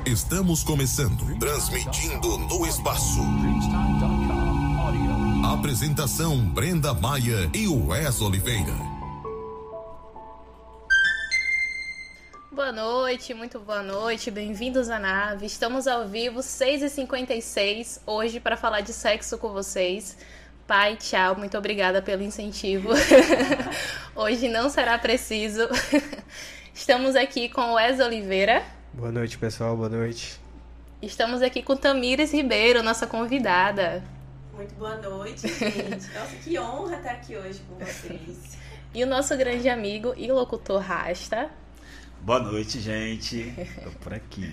Estamos começando, transmitindo no espaço. Apresentação Brenda Maia e Wes Oliveira. Boa noite, muito boa noite, bem-vindos à nave. Estamos ao vivo, 6h56, hoje para falar de sexo com vocês. Pai, tchau, muito obrigada pelo incentivo. Hoje não será preciso. Estamos aqui com o Wes Oliveira. Boa noite, pessoal, boa noite. Estamos aqui com Tamires Ribeiro, nossa convidada. Muito boa noite, gente. Nossa, que honra estar aqui hoje com vocês. E o nosso grande amigo e locutor Rasta. Boa noite, gente. Tô por aqui.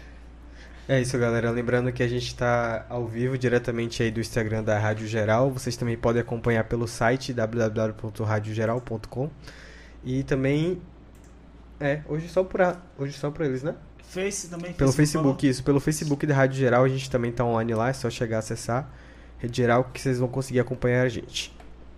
É isso, galera. Lembrando que a gente está ao vivo diretamente aí do Instagram da Rádio Geral. Vocês também podem acompanhar pelo site www.radiogeral.com. E também hoje só por eles, né? Face também. Pelo Facebook, isso. Pelo Facebook da Rádio Geral a gente também tá online lá. É só chegar a acessar Rede Geral que vocês vão conseguir acompanhar a gente.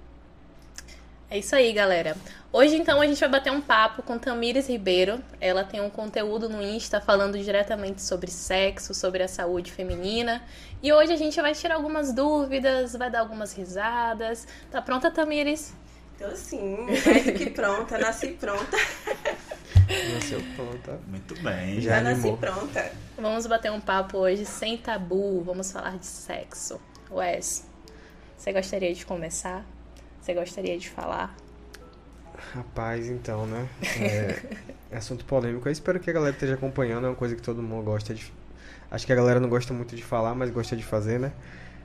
É isso aí, galera. Hoje, então, a gente vai bater um papo com Tamires Ribeiro. Ela tem um conteúdo no Insta falando diretamente sobre sexo, sobre a saúde feminina. E hoje a gente vai tirar algumas dúvidas, vai dar algumas risadas. Tá pronta, Tamires? Tô sim, mais do que pronta, nasci pronta. Nasceu pronta. Muito bem. Já nasci pronta. Vamos bater um papo hoje sem tabu, vamos falar de sexo. Wes, você gostaria de começar? Você gostaria de falar? Rapaz, então, né? É assunto polêmico. Eu espero que a galera esteja acompanhando. É uma coisa que todo mundo gosta de... Acho que a galera não gosta muito de falar, mas gosta de fazer, né?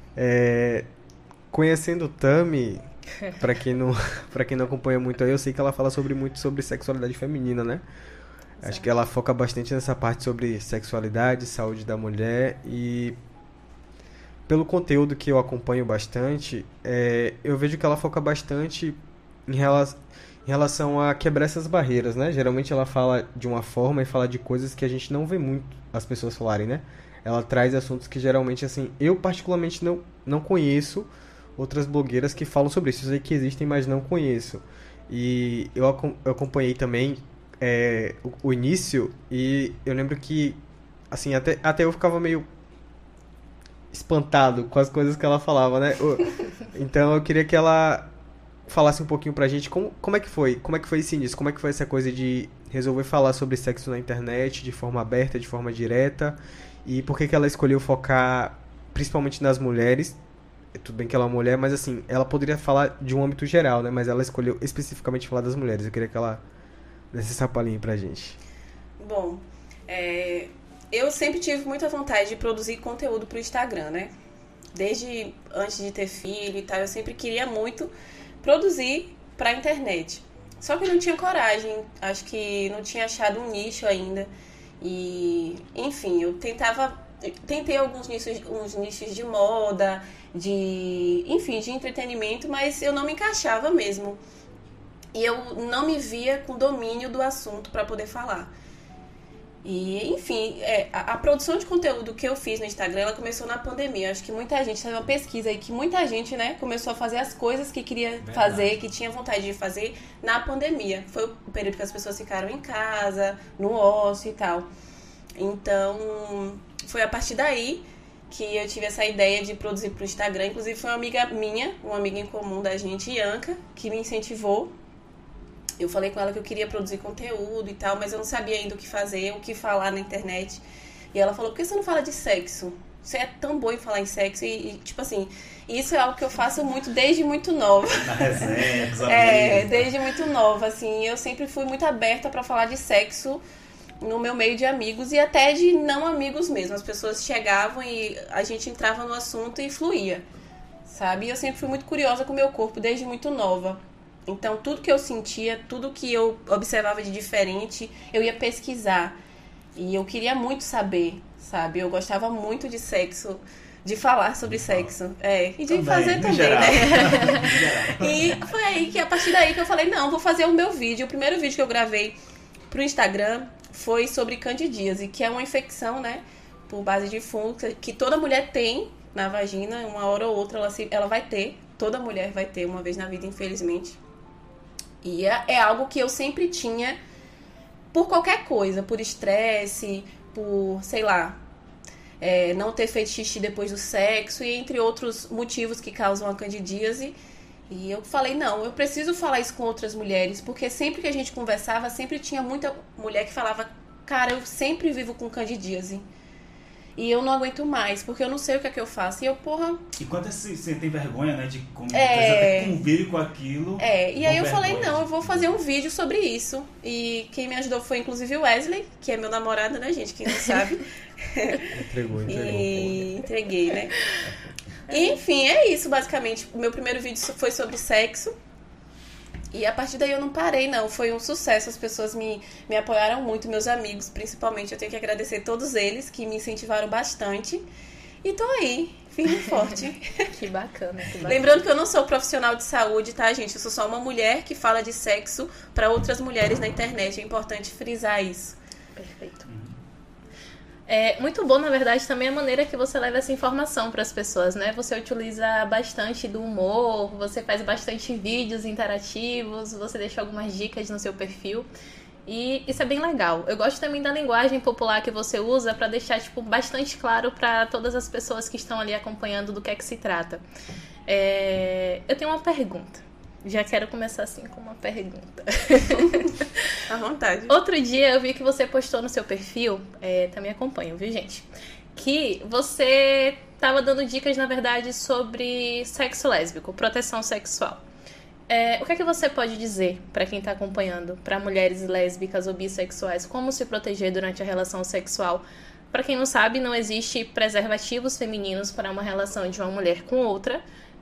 Conhecendo Tami, pra quem não acompanha muito aí, eu sei que ela fala muito sobre sexualidade feminina, né? Exato. Acho que ela foca bastante nessa parte sobre sexualidade, saúde da mulher e... Pelo conteúdo que eu acompanho bastante, eu vejo que ela foca bastante em relação a quebrar essas barreiras, né? Geralmente ela fala de uma forma e fala de coisas que a gente não vê muito as pessoas falarem, né? Ela traz assuntos que geralmente, assim, eu particularmente não conheço outras blogueiras que falam sobre isso. Eu sei que existem, mas não conheço. E eu acompanhei também o início e eu lembro que, assim, até eu ficava meio... espantado com as coisas que ela falava, né? Então eu queria que ela falasse um pouquinho pra gente como é que foi esse início, como é que foi essa coisa de resolver falar sobre sexo na internet de forma aberta, de forma direta, e por que ela escolheu focar principalmente nas mulheres. Tudo bem que ela é uma mulher, mas assim, ela poderia falar de um âmbito geral, né? Mas ela escolheu especificamente falar das mulheres. Eu queria que ela desse essa palhinha pra gente. Bom, eu sempre tive muita vontade de produzir conteúdo pro Instagram, né? Desde antes de ter filho e tal, eu sempre queria muito produzir pra internet. Só que eu não tinha coragem, acho que não tinha achado um nicho ainda. E, enfim, eu tentei uns nichos de moda, de entretenimento, mas eu não me encaixava mesmo. E eu não me via com domínio do assunto pra poder falar. E, enfim, a produção de conteúdo que eu fiz no Instagram, ela começou na pandemia. Acho que muita gente, teve uma pesquisa aí que muita gente, né, começou a fazer as coisas que queria fazer, que tinha vontade de fazer na pandemia. Foi o período que as pessoas ficaram em casa, no ócio e tal. Então, foi a partir daí que eu tive essa ideia de produzir pro Instagram. Inclusive, foi uma amiga minha, uma amiga em comum da gente, Ianca, que me incentivou. Eu falei com ela que eu queria produzir conteúdo e tal, mas eu não sabia ainda o que fazer, o que falar na internet. E ela falou, por que você não fala de sexo? Você é tão boa em falar em sexo e tipo assim, isso é algo que eu faço muito desde muito nova. Na resenha, dos amigos. Desde muito nova, assim. Eu sempre fui muito aberta pra falar de sexo no meu meio de amigos e até de não amigos mesmo. As pessoas chegavam e a gente entrava no assunto e fluía, sabe? E eu sempre fui muito curiosa com o meu corpo desde muito nova. Então, tudo que eu sentia, tudo que eu observava de diferente, eu ia pesquisar. E eu queria muito saber, sabe? Eu gostava muito de sexo, de falar sobre sexo. E de também, fazer também, geral. né? E foi aí que, a partir daí que eu falei, não, vou fazer o meu vídeo. O primeiro vídeo que eu gravei pro Instagram foi sobre candidíase, que é uma infecção, né? Por base de fungo, que toda mulher tem na vagina, uma hora ou outra ela vai ter. Toda mulher vai ter uma vez na vida, infelizmente. E é algo que eu sempre tinha por qualquer coisa, por estresse, por sei lá, não ter feito xixi depois do sexo e entre outros motivos que causam a candidíase. E eu falei, não, eu preciso falar isso com outras mulheres, porque sempre que a gente conversava, sempre tinha muita mulher que falava, cara, eu sempre vivo com candidíase. E eu não aguento mais, porque eu não sei o que é que eu faço. E eu, porra... E quando você tem vergonha, né, de como você até convive com aquilo... E aí eu falei, não, eu vou fazer um vídeo sobre isso. E quem me ajudou foi, inclusive, o Wesley, que é meu namorado, né, gente? Quem não sabe. Entregou. E entreguei, né? E, enfim, é isso, basicamente. O meu primeiro vídeo foi sobre sexo. E a partir daí eu não parei, não. Foi um sucesso. As pessoas me apoiaram muito, meus amigos, principalmente. Eu tenho que agradecer todos eles que me incentivaram bastante. E tô aí, firme e forte. Que bacana, que bacana. Lembrando que eu não sou profissional de saúde, tá, gente? Eu sou só uma mulher que fala de sexo para outras mulheres na internet. É importante frisar isso. Perfeito. É muito bom, na verdade, também a maneira que você leva essa informação para as pessoas, né? Você utiliza bastante do humor, você faz bastante vídeos interativos, você deixa algumas dicas no seu perfil. E isso é bem legal. Eu gosto também da linguagem popular que você usa para deixar, tipo, bastante claro para todas as pessoas que estão ali acompanhando do que é que se trata. Eu tenho uma pergunta. Já quero começar assim com uma pergunta. À vontade. Outro dia eu vi que você postou no seu perfil, também acompanho, viu, gente? Que você estava dando dicas, na verdade, sobre sexo lésbico, proteção sexual. O que é que você pode dizer para quem está acompanhando, para mulheres lésbicas ou bissexuais, como se proteger durante a relação sexual? Para quem não sabe, não existe preservativos femininos para uma relação de uma mulher com outra.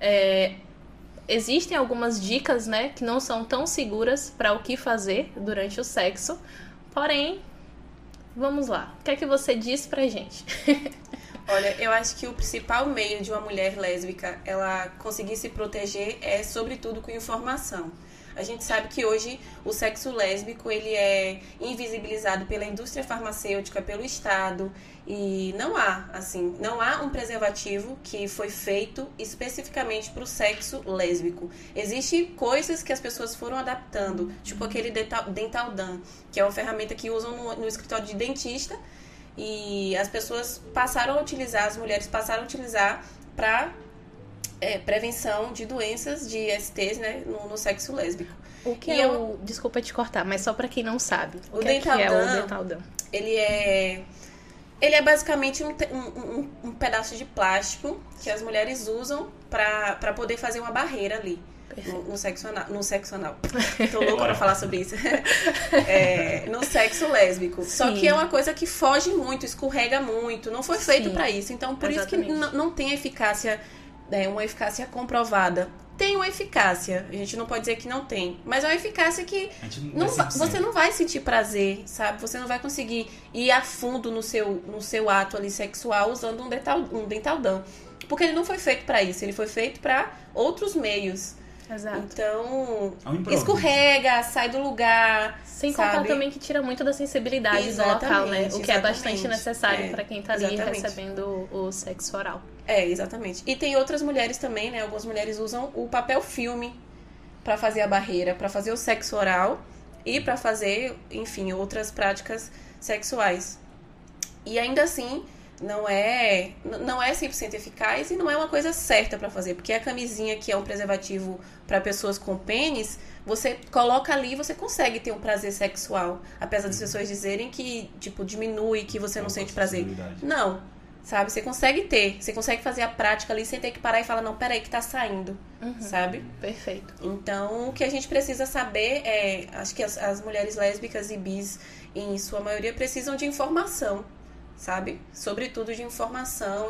Existem algumas dicas, né, que não são tão seguras para o que fazer durante o sexo. Porém, vamos lá. O que é que você diz pra gente? Olha, eu acho que o principal meio de uma mulher lésbica ela conseguir se proteger é, sobretudo, com informação. A gente sabe que hoje o sexo lésbico ele é invisibilizado pela indústria farmacêutica, pelo Estado, e não há um preservativo que foi feito especificamente para o sexo lésbico. Existem coisas que as pessoas foram adaptando, tipo aquele Dental Dam, que é uma ferramenta que usam no escritório de dentista, e as pessoas passaram a utilizar, as mulheres passaram a utilizar para prevenção de doenças de STs, né, no sexo lésbico. O que desculpa te cortar, mas só para quem não sabe. O Dental Dam, ele é basicamente um pedaço de plástico que as mulheres usam para poder fazer uma barreira ali. No sexo anal. Tô louca pra falar sobre isso. No sexo lésbico. Sim. Só que é uma coisa que foge muito, escorrega muito. Não foi feito para isso. Então, por Exatamente. Isso que não tem eficácia, uma eficácia comprovada. Tem uma eficácia. A gente não pode dizer que não tem. Mas é uma eficácia que você não vai sentir prazer, sabe? Você não vai conseguir ir a fundo no seu ato ali sexual usando um Dental Dam. Porque ele não foi feito para isso. Ele foi feito para outros meios. Exato. Então, escorrega, sai do lugar. Sem contar também que tira muito da sensibilidade do local, né? O que é bastante necessário para quem tá ali recebendo o sexo oral. Exatamente. E tem outras mulheres também, né? Algumas mulheres usam o papel filme para fazer a barreira, para fazer o sexo oral e para fazer, enfim, outras práticas sexuais. E ainda assim, não é 100% eficaz e não é uma coisa certa pra fazer, porque a camisinha, que é um preservativo para pessoas com pênis, você coloca ali e você consegue ter um prazer sexual, apesar das pessoas dizerem que, tipo, diminui, que você não sente prazer. Não, sabe? Você consegue fazer a prática ali sem ter que parar e falar, não, peraí que tá saindo, sabe? Perfeito. Então, o que a gente precisa saber acho que as mulheres lésbicas e bis, em sua maioria, precisam de informação, sabe? Sobretudo de informação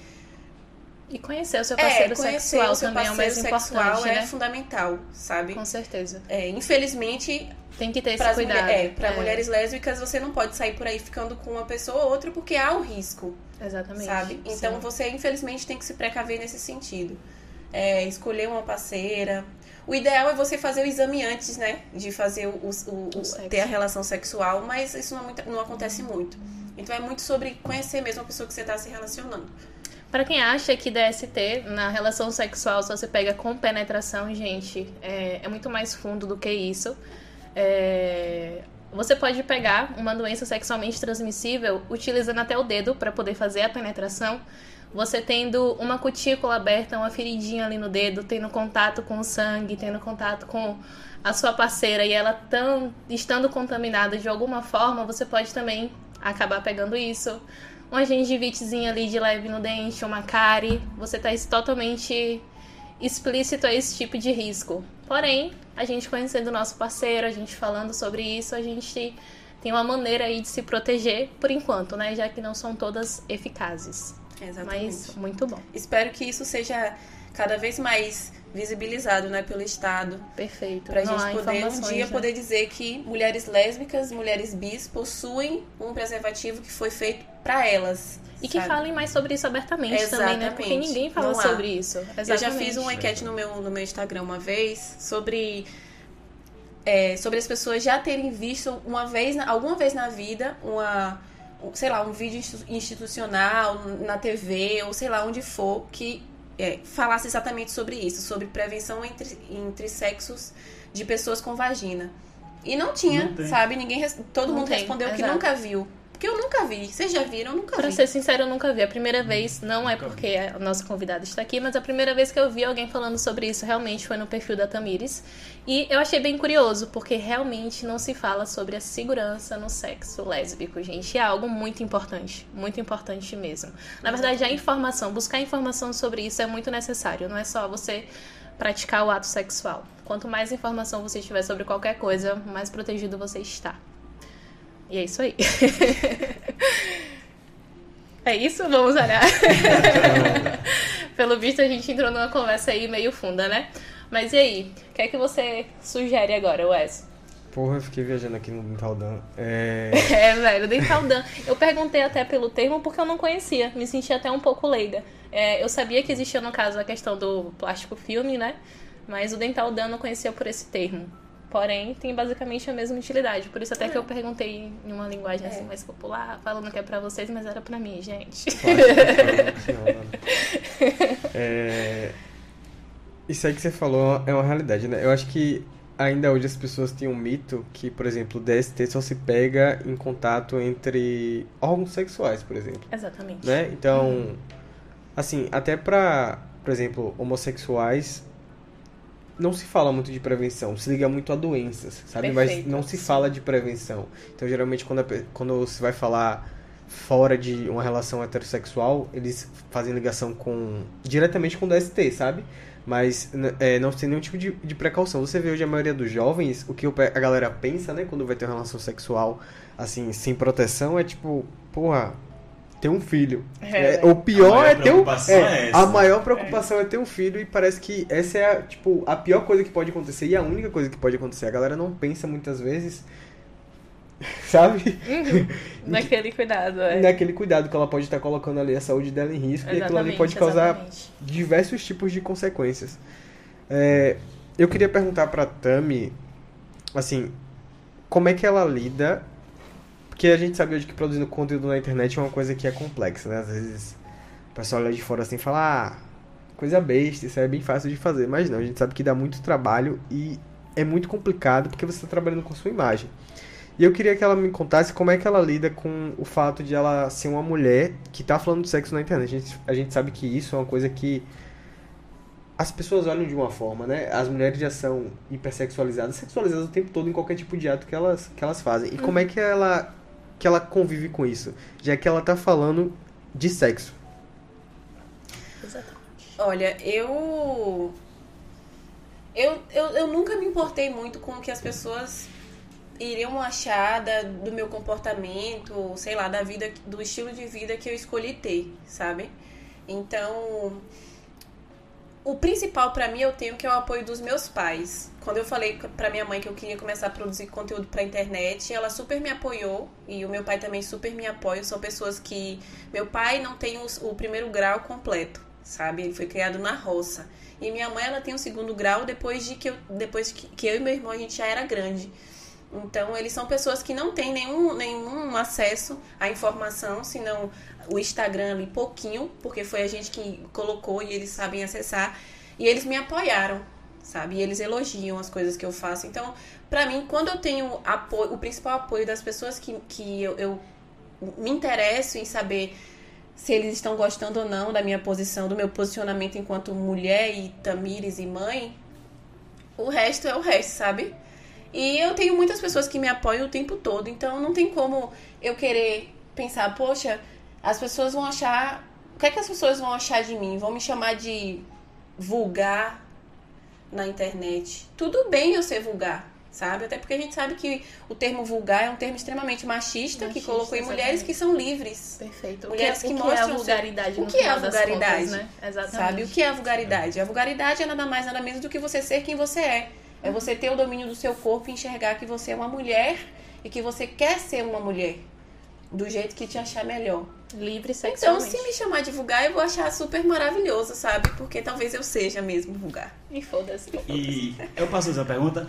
e conhecer o seu parceiro sexual também é o mais importante, né? É fundamental, sabe? Com certeza. Infelizmente, tem que ter esse cuidado. Para mulheres lésbicas, você não pode sair por aí ficando com uma pessoa ou outra, porque há o risco. Exatamente. Sabe? Então, você, infelizmente, tem que se precaver nesse sentido. Escolher uma parceira. O ideal é você fazer o exame antes, né? De fazer ter a relação sexual, mas isso não acontece muito. Então, é muito sobre conhecer mesmo a pessoa que você está se relacionando. Pra quem acha que DST, na relação sexual, só se pega com penetração, gente, é muito mais fundo do que isso. Você pode pegar uma doença sexualmente transmissível utilizando até o dedo para poder fazer a penetração. Você tendo uma cutícula aberta, uma feridinha ali no dedo, tendo contato com o sangue, tendo contato com a sua parceira e ela estando contaminada de alguma forma, você pode também acabar pegando isso. Uma gengivitezinha ali de leve no dente, uma cárie, você está totalmente explícito a esse tipo de risco. Porém, a gente conhecendo o nosso parceiro, a gente falando sobre isso, a gente tem uma maneira aí de se proteger por enquanto, né? Já que não são todas eficazes. Exatamente. Mas muito bom. Espero que isso seja cada vez mais visibilizado, né, pelo Estado. Perfeito. Pra gente poder um dia poder dizer que mulheres lésbicas, mulheres bis possuem um preservativo que foi feito pra elas. E que falem mais sobre isso abertamente também, né? Porque ninguém fala sobre isso. Exatamente. Eu já fiz uma enquete no meu Instagram uma vez sobre as pessoas já terem visto alguma vez na vida um vídeo institucional na TV ou sei lá onde for que falasse exatamente sobre isso, sobre prevenção entre sexos de pessoas com vagina. E não tinha, sabe? Todo mundo respondeu que nunca viu. Porque eu nunca vi. Vocês já viram? Eu nunca vi. Pra ser sincero, eu nunca vi. A primeira vez, não é porque a nossa convidada está aqui, mas a primeira vez que eu vi alguém falando sobre isso realmente foi no perfil da Tamires. E eu achei bem curioso, porque realmente não se fala sobre a segurança no sexo lésbico, gente. É algo muito importante mesmo. Na verdade, buscar informação sobre isso é muito necessário. Não é só você praticar o ato sexual. Quanto mais informação você tiver sobre qualquer coisa, mais protegido você está. E é isso aí. É isso? Vamos olhar. Pelo visto, a gente entrou numa conversa aí meio funda, né? Mas e aí? O que é que você sugere agora, Wes? Porra, eu fiquei viajando aqui no Dental Dan. Velho, Dental Dan. Eu perguntei até pelo termo porque eu não conhecia. Me senti até um pouco leiga. Eu sabia que existia, no caso, a questão do plástico filme, né? Mas o Dental Dan eu não conhecia por esse termo. Porém, tem basicamente a mesma utilidade. Por isso até que eu perguntei em uma linguagem assim mais popular, falando que é pra vocês, mas era pra mim, gente. Isso aí que você falou é uma realidade, né? Eu acho que ainda hoje as pessoas têm um mito que, por exemplo, o DST só se pega em contato entre órgãos sexuais, por exemplo. Exatamente. Né? Então, assim, até pra, por exemplo, homossexuais... Não se fala muito de prevenção, se liga muito a doenças, sabe? Perfeito. Mas não se fala de prevenção. Então, geralmente, quando você vai falar fora de uma relação heterossexual, eles fazem ligação diretamente com o DST, sabe? Mas não tem nenhum tipo de precaução. Você vê hoje a maioria dos jovens, o que a galera pensa, né? Quando vai ter uma relação sexual, assim, sem proteção, é tipo, porra... ter um filho. O pior é ter a maior preocupação é ter um filho e parece que essa é a pior coisa que pode acontecer e a única coisa que pode acontecer. A galera não pensa muitas vezes, sabe? Naquele cuidado, Naquele cuidado que ela pode estar colocando ali a saúde dela em risco. Exatamente, e aquilo ali pode causar diversos tipos de consequências. Eu queria perguntar pra Tami, assim, como é que ela lida... Porque a gente sabe hoje que produzindo conteúdo na internet é uma coisa que é complexa, né? Às vezes o pessoal olha de fora assim e fala, coisa besta, isso é bem fácil de fazer. Mas não, a gente sabe que dá muito trabalho e é muito complicado porque você está trabalhando com sua imagem. E eu queria que ela me contasse como é que ela lida com o fato de ela ser uma mulher que está falando de sexo na internet. A gente sabe que isso é uma coisa que as pessoas olham de uma forma, né? As mulheres já são hipersexualizadas, sexualizadas o tempo todo em qualquer tipo de ato que elas fazem. E como é que ela convive com isso, já que ela tá falando de sexo? Exatamente. Olha, eu nunca me importei muito com o que as pessoas iriam achar do meu comportamento, sei lá, do estilo de vida que eu escolhi ter, sabe? Então, o principal pra mim eu tenho que é o apoio dos meus pais. Quando eu falei pra minha mãe que eu queria começar a produzir conteúdo pra internet, ela super me apoiou e o meu pai também super me apoia. São pessoas que... Meu pai não tem o primeiro grau completo, sabe? Ele foi criado na roça. E minha mãe, ela tem o segundo grau depois que eu e meu irmão, a gente já era grande. Então, eles são pessoas que não têm nenhum acesso à informação, senão o Instagram ali pouquinho, porque foi a gente que colocou e eles sabem acessar. E eles me apoiaram, sabe? E eles elogiam as coisas que eu faço. Então, pra mim, quando eu tenho apoio, o principal apoio das pessoas que eu me interesso em saber se eles estão gostando ou não da minha posição, do meu posicionamento enquanto mulher e Tamires e mãe, o resto é o resto, sabe? E eu tenho muitas pessoas que me apoiam o tempo todo, então não tem como eu querer pensar, poxa, as pessoas vão achar... O que é que as pessoas vão achar de mim? Vão me chamar de vulgar na internet. Tudo bem eu ser vulgar, sabe? Até porque a gente sabe que o termo vulgar é um termo extremamente machista que colocou em mulheres que são livres. Perfeito. Mulheres que mostram é a vulgaridade o que é a vulgaridade, contas, né? Exatamente. Sabe? O que é a vulgaridade? A vulgaridade é nada mais, nada menos do que você ser quem você é. É você ter o domínio do seu corpo e enxergar que você é uma mulher e que você quer ser uma mulher do jeito que te achar melhor. Livre Então, sexualmente. se me chamar de vulgar, eu vou achar super maravilhoso, sabe? Porque talvez eu seja mesmo vulgar. E foda-se. E eu passo a fazer a pergunta.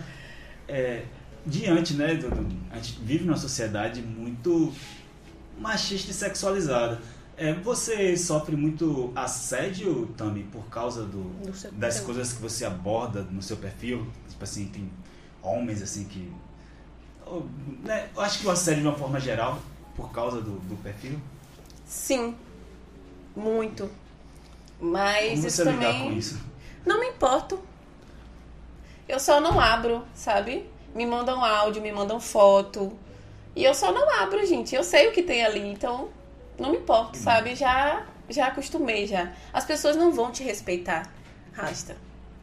Diante, né, a gente vive numa sociedade muito machista e sexualizada. Você sofre muito assédio, Tami, por causa das coisas que você aborda no seu perfil? Tipo assim, tem homens assim que... né, eu acho que o assédio de uma forma geral, por causa do perfil. Sim, muito. Mas Como isso você lidar também... com isso? Não me importo. Eu só não abro, sabe? Me mandam áudio, me mandam foto. E eu só não abro, gente. Eu sei o que tem ali, então não me importo, sabe? Já acostumei já. As pessoas não vão te respeitar, Rasta.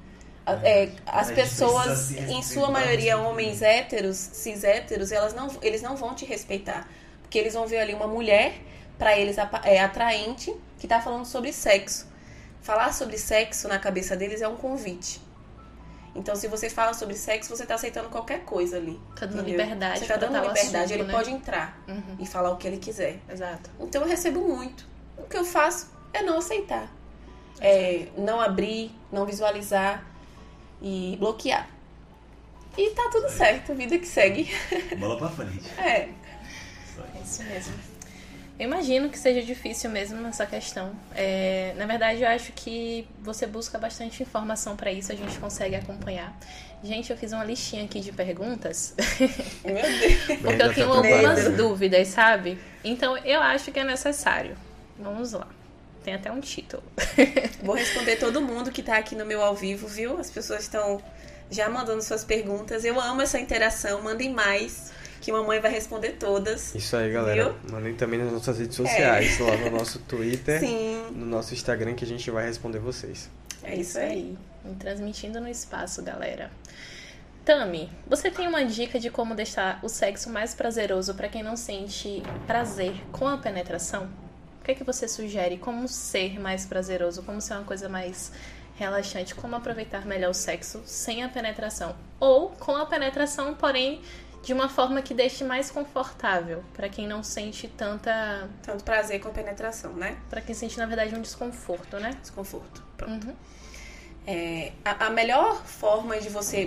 As pessoas, em sua maioria, homens héteros, cis héteros, eles não vão te respeitar. Porque eles vão ver ali uma mulher, pra eles é atraente, que tá falando sobre sexo. Falar sobre sexo na cabeça deles é um convite. Então, se você fala sobre sexo, você tá aceitando qualquer coisa ali. Tá dando entendeu? liberdade. Você tá dando liberdade. Assunto, ele né? pode entrar e falar o que ele quiser. Exato. Então, eu recebo muito. O que eu faço é não aceitar. Não abrir, não visualizar e bloquear. E tá tudo certo, vida que segue. Bola pra frente. É isso mesmo. Eu imagino que seja difícil mesmo essa questão. Na verdade, eu acho que você busca bastante informação pra isso, a gente consegue acompanhar. Gente, eu fiz uma listinha aqui de perguntas. Meu Deus. Porque eu tenho algumas dúvidas, sabe? Então, eu acho que é necessário. Vamos lá. Tem até um título. Vou responder todo mundo que tá aqui no meu ao vivo, viu? As pessoas estão já mandando suas perguntas. Eu amo essa interação. Mandem mais, que mamãe vai responder todas. Isso aí, galera. Viu? Mandem também nas nossas redes sociais, lá no nosso Twitter, Sim. no nosso Instagram, que a gente vai responder vocês. É isso aí. Me transmitindo no espaço, galera. Tami, você tem uma dica de como deixar o sexo mais prazeroso pra quem não sente prazer com a penetração? O que é que você sugere? Como ser mais prazeroso? Como ser uma coisa mais relaxante? Como aproveitar melhor o sexo sem a penetração? Ou com a penetração, porém, de uma forma que deixe mais confortável, pra quem não sente tanto prazer com a penetração, né? Pra quem sente, na verdade, um desconforto, né? Desconforto. Pronto. A melhor forma de você...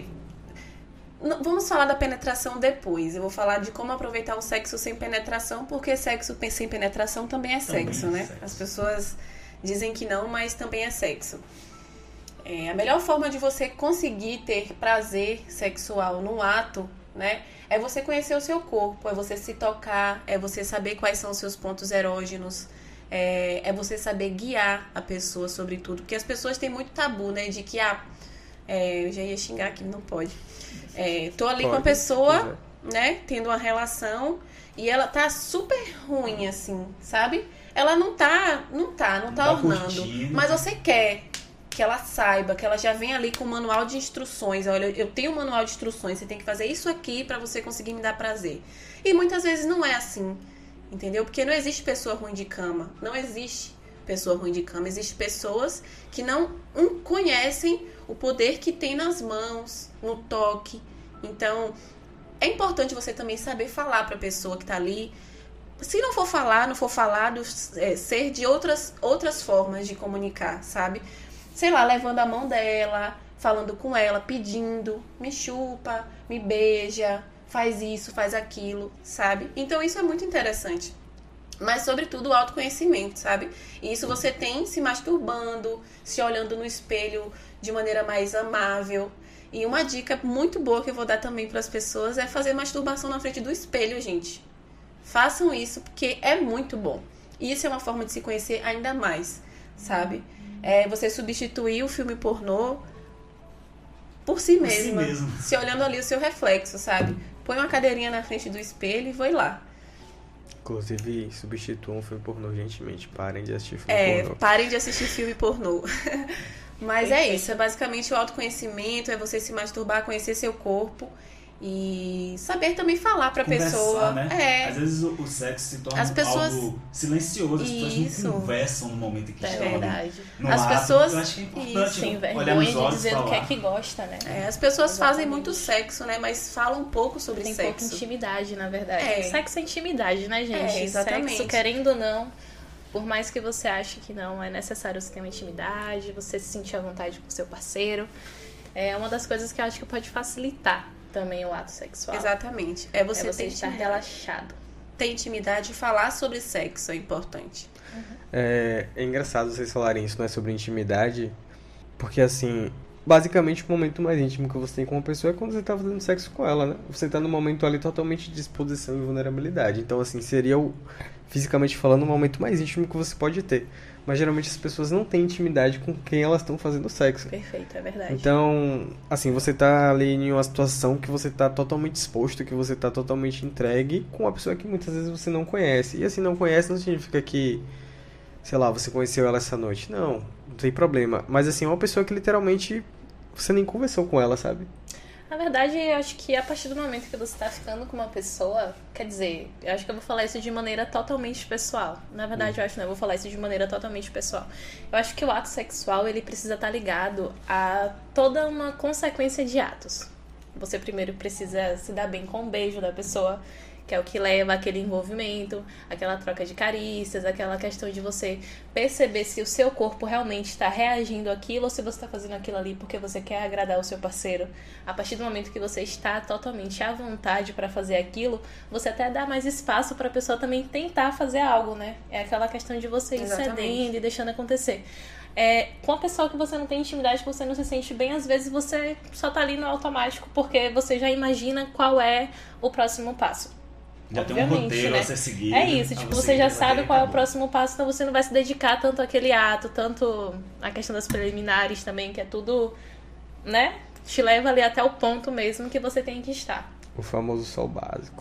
Vamos falar da penetração depois. Eu vou falar de como aproveitar o sexo sem penetração, porque sexo sem penetração também é sexo, né? As pessoas dizem que não, mas também é sexo. A melhor forma de você conseguir ter prazer sexual no ato, né? É você conhecer o seu corpo, é você se tocar, é você saber quais são os seus pontos erógenos, é você saber guiar a pessoa sobre tudo. Porque as pessoas têm muito tabu, né? De que, eu já ia xingar aqui, não pode. Tô ali com a pessoa, né? Tendo uma relação e ela tá super ruim, assim, sabe? Ela não tá ornando. Mas você quer que ela saiba, que ela já vem ali com um manual de instruções. Olha, eu tenho um manual de instruções, você tem que fazer isso aqui pra você conseguir me dar prazer. E muitas vezes não é assim, entendeu? Porque não existe pessoa ruim de cama. Não existe pessoa ruim de cama. Existem pessoas que não conhecem o poder que tem nas mãos, no toque. Então, é importante você também saber falar pra pessoa que tá ali. Se não for falado, ser de outras formas de comunicar, sabe? Sei lá, levando a mão dela, falando com ela, pedindo, me chupa, me beija, faz isso, faz aquilo, sabe? Então isso é muito interessante. Mas, sobretudo, o autoconhecimento, sabe? E isso você tem se masturbando, se olhando no espelho de maneira mais amável. E uma dica muito boa que eu vou dar também para as pessoas é fazer masturbação na frente do espelho, gente. Façam isso, porque é muito bom. E isso é uma forma de se conhecer ainda mais, sabe? É você substituir o filme pornô por si mesma. Se olhando ali o seu reflexo, sabe? Põe uma cadeirinha na frente do espelho e vai lá. Inclusive, substituam um filme pornô urgentemente. Parem de assistir filme pornô. Parem de assistir filme pornô. Mas é isso, é basicamente o autoconhecimento, é você se masturbar, conhecer seu corpo e saber também falar pra pessoa. Né? Às vezes o sexo se torna algo silencioso, as pessoas não conversam no momento que estão verdade. No as ato. pessoas Eu acho que é importante sem olhar nos vergonha olhos de dizer falar. o que é que gosta, né? As pessoas Exatamente. fazem muito sexo, né? Mas falam um pouco sobre Tem sexo. pouca intimidade, na verdade. Sexo é intimidade, né, gente? Exatamente. Sexo, querendo ou não, por mais que você ache que não é necessário você ter uma intimidade, você se sentir à vontade com o seu parceiro, é uma das coisas que eu acho que pode facilitar também o ato sexual. Exatamente. É você ter estar relaxado. Ter intimidade e falar sobre sexo é importante. É engraçado vocês falarem isso, né, sobre intimidade, porque assim, basicamente o momento mais íntimo que você tem com uma pessoa é quando você tá fazendo sexo com ela, né? Você tá num momento ali totalmente de disposição e vulnerabilidade. Então, assim, seria fisicamente falando, o momento mais íntimo que você pode ter. Mas geralmente as pessoas não têm intimidade com quem elas estão fazendo sexo. Perfeito, é verdade. Então, assim, você tá ali em uma situação que você tá totalmente exposto, que você tá totalmente entregue com uma pessoa que muitas vezes você não conhece. E assim, não conhece não significa que, sei lá, você conheceu ela essa noite. Não tem problema. Mas assim, é uma pessoa que literalmente você nem conversou com ela, sabe? Na verdade, eu acho que a partir do momento que você tá ficando com uma pessoa, quer dizer, eu acho que eu vou falar isso de maneira totalmente pessoal. Na verdade, eu acho que não, eu vou falar isso de maneira totalmente pessoal. Eu acho que o ato sexual, ele precisa estar ligado a toda uma consequência de atos. Você primeiro precisa se dar bem com o beijo da pessoa, que é o que leva àquele envolvimento, aquela troca de carícias, aquela questão de você perceber se o seu corpo realmente está reagindo àquilo ou se você está fazendo aquilo ali porque você quer agradar o seu parceiro. A partir do momento que você está totalmente à vontade para fazer aquilo, você até dá mais espaço para a pessoa também tentar fazer algo, né? É aquela questão de você ir cedendo e deixando acontecer. Com a pessoa que você não tem intimidade, que você não se sente bem, às vezes você só tá ali no automático porque você já imagina qual é o próximo passo. Já tem um roteiro, né, a ser seguido. É isso, tipo, você já sabe qual é o próximo passo, então você não vai se dedicar tanto àquele ato, tanto a questão das preliminares também, que é tudo, né? Te leva ali até o ponto mesmo que você tem que estar. O famoso sol básico.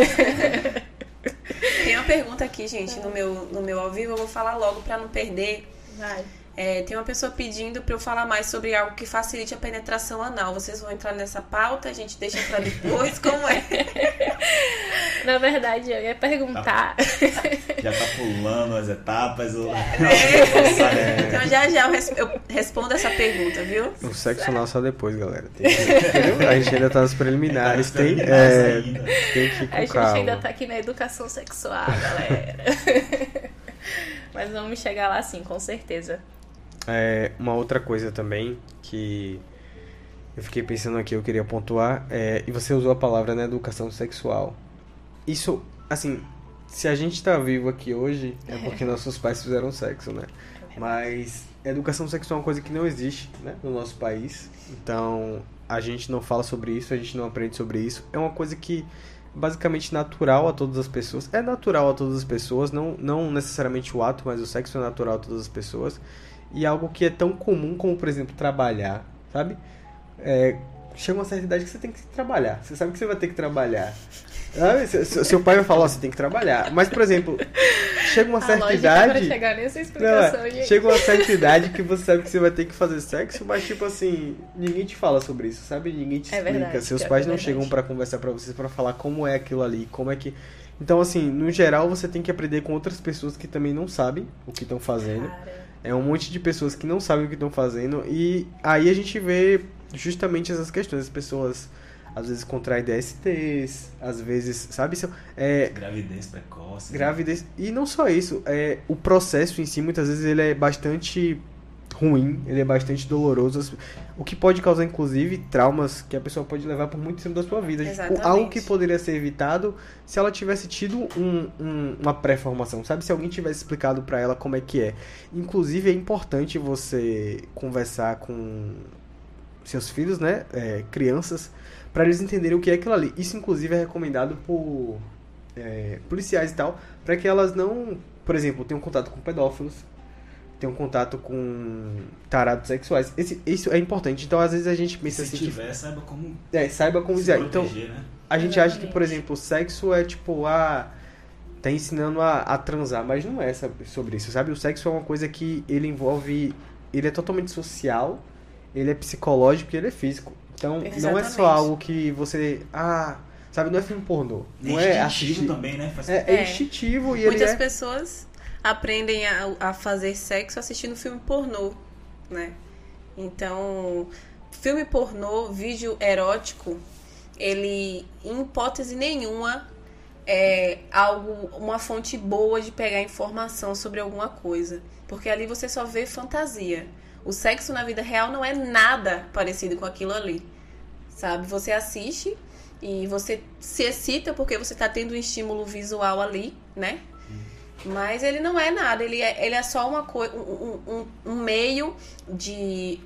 Tem uma pergunta aqui, gente, no meu ao vivo, eu vou falar logo pra não perder. Vai. Tem uma pessoa pedindo pra eu falar mais sobre algo que facilite a penetração anal. Vocês vão entrar nessa pauta? A gente deixa pra depois? Como é? Na verdade, eu ia perguntar. Já tá pulando as etapas. Então já eu respondo essa pergunta, viu? O sexo anal só depois, galera. A gente ainda tá nos preliminares. Tem que ir com calma. A gente ainda tá aqui na educação sexual, galera. Mas vamos chegar lá sim, com certeza. Uma outra coisa também que eu fiquei pensando aqui, eu queria pontuar, e você usou a palavra, né, educação sexual. Isso, assim, se a gente tá vivo aqui hoje, é porque nossos pais fizeram sexo, né? Mas educação sexual é uma coisa que não existe, né, no nosso país. Então, a gente não fala sobre isso, a gente não aprende sobre isso. É uma coisa que basicamente natural a todas as pessoas. É natural a todas as pessoas, não necessariamente o ato, mas o sexo é natural a todas as pessoas. E algo que é tão comum como, por exemplo, trabalhar, sabe? Chega uma certa idade que você tem que trabalhar. Você sabe que você vai ter que trabalhar. Seu pai vai falar, você tem que trabalhar. Mas, por exemplo, chega uma certa idade... Pra chegar nessa explicação, gente. Chega uma certa idade que você sabe que você vai ter que fazer sexo, mas, tipo assim, ninguém te fala sobre isso, sabe? Ninguém te explica. Verdade, seus pais não chegam pra conversar pra vocês, pra falar como é aquilo ali, como é que... Então, assim, no geral, você tem que aprender com outras pessoas que também não sabem o que estão fazendo. Cara. É um monte de pessoas que não sabem o que estão fazendo. E aí a gente vê justamente essas questões. As pessoas, às vezes, contraem DSTs, às vezes, sabe? Gravidez precoce. Gravidez. E não só isso. O processo em si, muitas vezes, ele é bastante ruim, ele é bastante doloroso, o que pode causar, inclusive, traumas que a pessoa pode levar por muito tempo da sua vida. Exatamente. Algo que poderia ser evitado se ela tivesse tido uma pré-formação, sabe? Se alguém tivesse explicado pra ela como é que é. Inclusive, é importante você conversar com seus filhos, né? Crianças, pra eles entenderem o que é aquilo ali. Isso, inclusive, é recomendado por policiais e tal, pra que elas não, por exemplo, tenham contato com pedófilos, tenham contato com tarados sexuais. Isso é importante. Então, às vezes, a gente pensa se assim... tiver, saiba como... saiba como se dizer. proteger, Então, né? a gente acha que, por exemplo, o sexo é tipo, tá ensinando a transar, mas não é sobre isso, sabe? O sexo é uma coisa que ele envolve... Ele é totalmente social, ele é psicológico e ele é físico. Então, não é Exatamente. só algo que você... sabe? Não é filme pornô. Não é assistir. também, né? É instintivo e Muitas ele é... pessoas aprendem a fazer sexo assistindo filme pornô, né? Então, filme pornô, vídeo erótico, ele, em hipótese nenhuma, é uma fonte boa de pegar informação sobre alguma coisa. Porque ali você só vê fantasia. O sexo na vida real não é nada parecido com aquilo ali, sabe? Você assiste e você se excita porque você tá tendo um estímulo visual ali, né? Mas ele não é nada, ele é só um meio de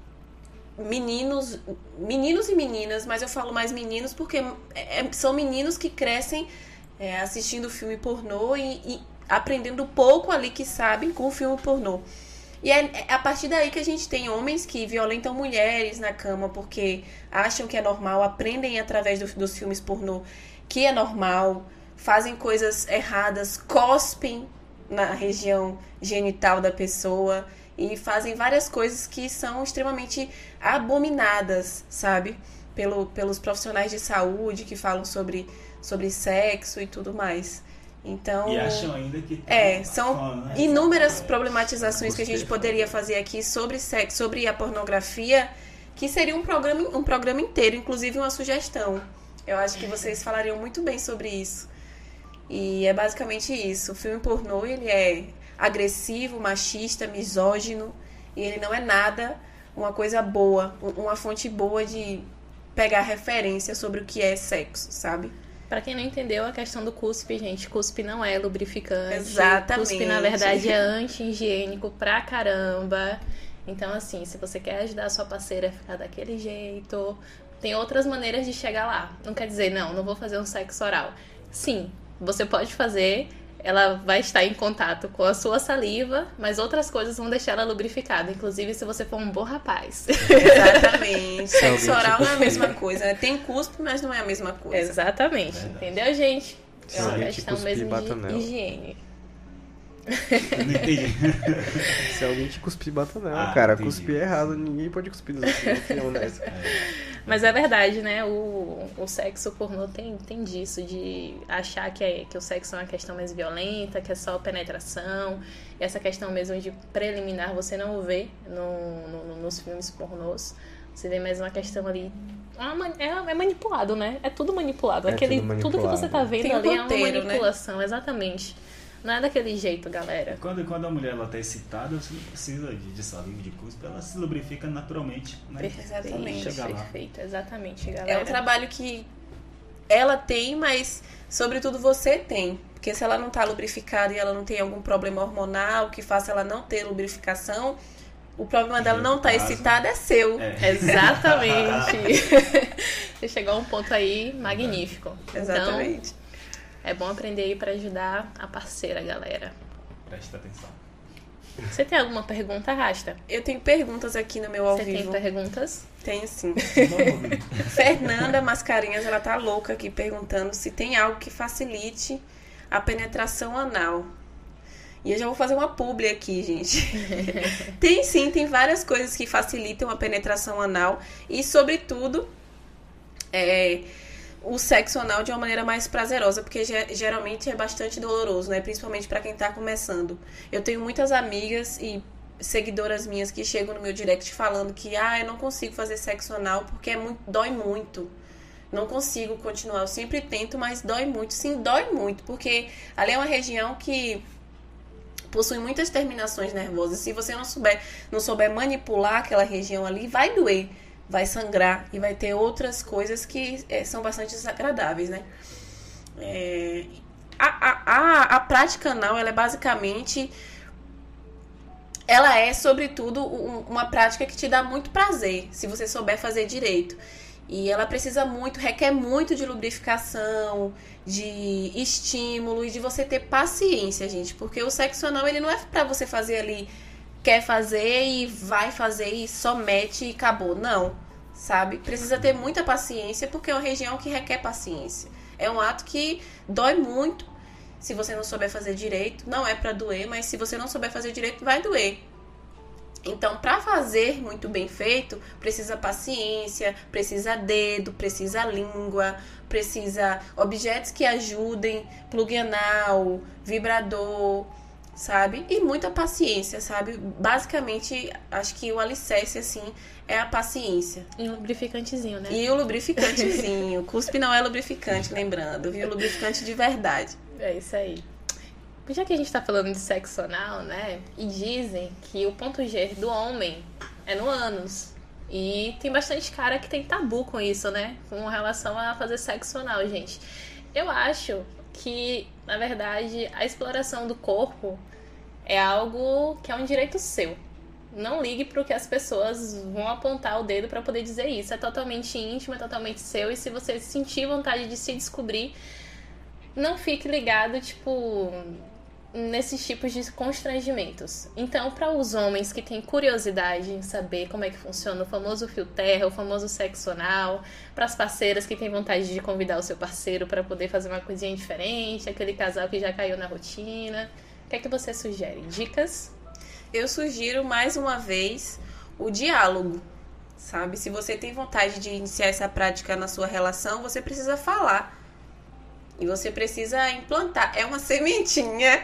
meninos e meninas, mas eu falo mais meninos porque são meninos que crescem assistindo filme pornô e aprendendo pouco ali que sabem com o filme pornô. E é a partir daí que a gente tem homens que violentam mulheres na cama porque acham que é normal, aprendem através dos filmes pornô que é normal, fazem coisas erradas, cospem na região genital da pessoa e fazem várias coisas que são extremamente abominadas, sabe? Pelos profissionais de saúde que falam sobre sexo e tudo mais. Então, e acham ainda que são inúmeras problematizações que a gente poderia fazer aqui sobre sexo, sobre a pornografia, que seria um programa inteiro, inclusive uma sugestão. Eu acho que vocês falariam muito bem sobre isso. E é basicamente isso. O filme pornô, ele é agressivo, machista, misógino, e ele não é nada uma coisa boa, uma fonte boa de pegar referência sobre o que é sexo, sabe? Pra quem não entendeu a questão do cuspe, gente, cuspe não é lubrificante. Exatamente. Cuspe, na verdade, é anti-higiênico pra caramba. Então, assim, se você quer ajudar a sua parceira a ficar daquele jeito, tem outras maneiras de chegar lá. Não quer dizer, não vou fazer um sexo oral. Sim, você pode fazer, ela vai estar em contato com a sua saliva, mas outras coisas vão deixar ela lubrificada, inclusive se você for um bom rapaz. Exatamente. Sexo oral não é a mesma coisa, né? Tem cuspe, mas não é a mesma coisa. Exatamente. Entendeu, gente? É uma Realmente, questão cuspir, mesmo bata de nela. higiene. Não entendi. Se alguém te cuspir, bata nela, Ah, cara. entendi. Cuspir é errado, ninguém pode cuspir nos outros, é honesto. Mas é verdade, né? O sexo pornô tem disso, de achar que o sexo é uma questão mais violenta, que é só penetração. E essa questão mesmo de preliminar você não vê nos filmes pornôs. Você vê mais uma questão ali. É manipulado, né? É tudo manipulado. É tudo Tudo que manipulado. você tá vendo Tem um ali roteiro, é né? uma manipulação, exatamente. Não é daquele jeito, galera. Quando a mulher ela tá excitada, você não precisa de saliva, de cuspe, ela se lubrifica naturalmente, né? Exatamente. Chega lá. Perfeito, exatamente, galera. É um trabalho que ela tem, mas sobretudo você tem. Porque se ela não tá lubrificada e ela não tem algum problema hormonal que faça ela não ter lubrificação, o problema dela não tá excitada é seu. Exatamente. Você chegou a um ponto aí magnífico. Exatamente. Então, é bom aprender aí pra ajudar a parceira, galera. Presta atenção. Você tem alguma pergunta, Rasta? Eu tenho perguntas aqui no meu ao Você vivo. tem perguntas? Tenho sim. Vamos ouvir. Fernanda Mascarenhas, ela tá louca aqui perguntando se tem algo que facilite a penetração anal. E eu já vou fazer uma publi aqui, gente. Tem sim, tem várias coisas que facilitam a penetração anal e, sobretudo, o sexo anal de uma maneira mais prazerosa, porque geralmente é bastante doloroso, né? Principalmente pra quem tá começando. Eu tenho muitas amigas e seguidoras minhas que chegam no meu direct falando que eu não consigo fazer sexo anal porque dói muito. Não consigo continuar. Eu sempre tento, mas dói muito. Sim, dói muito, porque ali é uma região que possuem muitas terminações nervosas. Se você não souber manipular aquela região ali, vai doer, vai sangrar e vai ter outras coisas que são bastante desagradáveis, né? A prática anal, ela é basicamente... Ela é, sobretudo, uma prática que te dá muito prazer, se você souber fazer direito. E ela requer muito de lubrificação, de estímulo e de você ter paciência, gente. Porque o sexo anal, ele não é pra você fazer ali, quer fazer e vai fazer e só mete e acabou. Não, sabe? Precisa ter muita paciência porque é uma região que requer paciência. É um ato que dói muito se você não souber fazer direito. Não é pra doer, mas se você não souber fazer direito, vai doer. Então, para fazer muito bem feito, precisa paciência, precisa dedo, precisa língua, precisa objetos que ajudem, plug anal, vibrador, sabe? E muita paciência, sabe? Basicamente, acho que o alicerce, assim, é a paciência. E um lubrificantezinho, né? E o lubrificantezinho. Cuspe não é lubrificante, lembrando, viu? Lubrificante de verdade. É isso aí. Já que a gente tá falando de sexo anal, né? E dizem que o ponto G do homem é no ânus. E tem bastante cara que tem tabu com isso, né? Com relação a fazer sexo anal, gente. Eu acho que, na verdade, a exploração do corpo é algo que é um direito seu. Não ligue pro que as pessoas vão apontar o dedo pra poder dizer isso. É totalmente íntimo, é totalmente seu. E se você sentir vontade de se descobrir, não fique ligado, tipo... nesses tipos de constrangimentos. Então, para os homens que têm curiosidade em saber como é que funciona o famoso fio terra, o famoso sexo anal, para as parceiras que têm vontade de convidar o seu parceiro para poder fazer uma coisinha diferente, aquele casal que já caiu na rotina, o que é que você sugere? Dicas? Eu sugiro, mais uma vez, o diálogo, sabe? Se você tem vontade de iniciar essa prática na sua relação, você precisa falar. E você precisa implantar. É uma sementinha.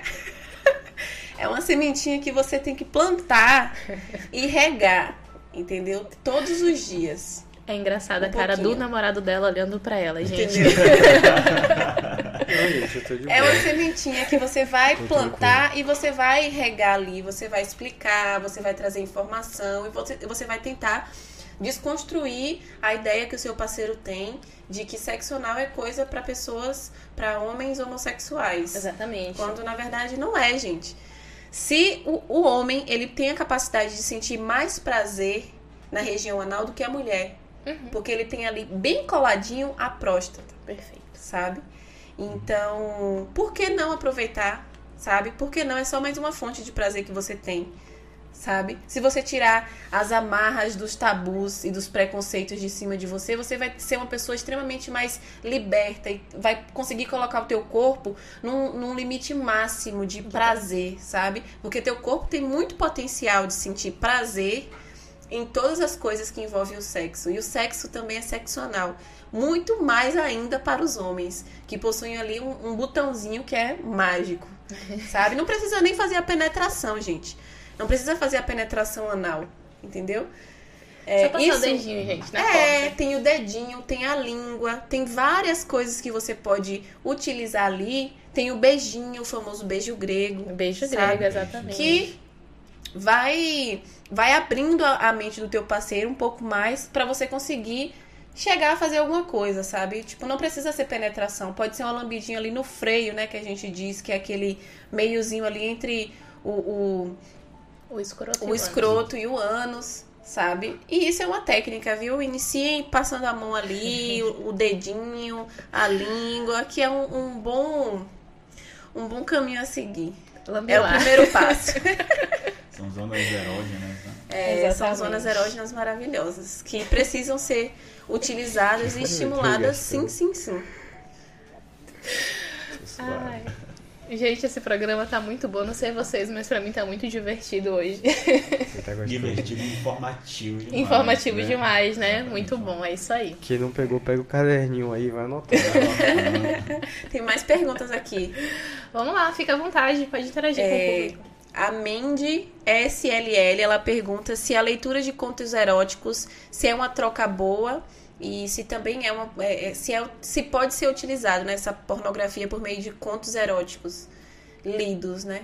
É uma sementinha que você tem que plantar e regar, entendeu? Todos os dias. É engraçada a cara do namorado dela olhando pra ela, gente. Entendeu? Não, gente, eu tô de É boa. uma sementinha que você vai plantar e você vai regar ali. Você vai explicar, você vai trazer informação e você vai tentar desconstruir a ideia que o seu parceiro tem de que sexo anal é coisa para pessoas, para homens homossexuais. Exatamente. Quando na verdade não é, gente. Se o homem, ele tem a capacidade de sentir mais prazer na região anal do que a mulher. Porque ele tem ali bem coladinho a próstata. Perfeito. Sabe? Então, por que não aproveitar? Sabe? Por que não? É só mais uma fonte de prazer que você tem. Sabe? Se você tirar as amarras dos tabus e dos preconceitos de cima de você, você vai ser uma pessoa extremamente mais liberta e vai conseguir colocar o teu corpo num limite máximo de prazer, sabe? Porque teu corpo tem muito potencial de sentir prazer em todas as coisas que envolvem o sexo. E o sexo também é sexo anal. Muito mais ainda para os homens, que possuem ali um botãozinho que é mágico, sabe? Não precisa nem fazer a penetração, gente. Não precisa fazer a penetração anal, entendeu? Só passar o dedinho, gente, na porta. Tem o dedinho, tem a língua, tem várias coisas que você pode utilizar ali. Tem o beijinho, o famoso beijo grego. Beijo sabe? grego, exatamente. Que vai abrindo a mente do teu parceiro um pouco mais pra você conseguir chegar a fazer alguma coisa, sabe? Tipo, não precisa ser penetração. Pode ser uma lambidinha ali no freio, né? Que a gente diz, que é aquele meiozinho ali entre o escroto e o ânus, sabe? E isso é uma técnica, viu? Iniciem passando a mão ali, o dedinho, a língua, que é um bom caminho a seguir. Lambilar. É o primeiro passo. São zonas erógenas, né? São Exatamente. zonas erógenas maravilhosas, que precisam ser utilizadas e estimuladas, sim. Ai. Gente, esse programa tá muito bom, não sei vocês, mas pra mim tá muito divertido hoje. Você tá gostando? Divertido e informativo demais. Informativo demais, né? Muito bom, é isso aí. Quem não pegou, pega o caderninho aí, vai anotando. Tem mais perguntas aqui. Vamos lá, fica à vontade, pode interagir com o público. A Mandy SLL, ela pergunta se a leitura de contos eróticos, se é uma troca boa e se também se pode ser utilizado nessa pornografia por meio de contos eróticos lidos, né?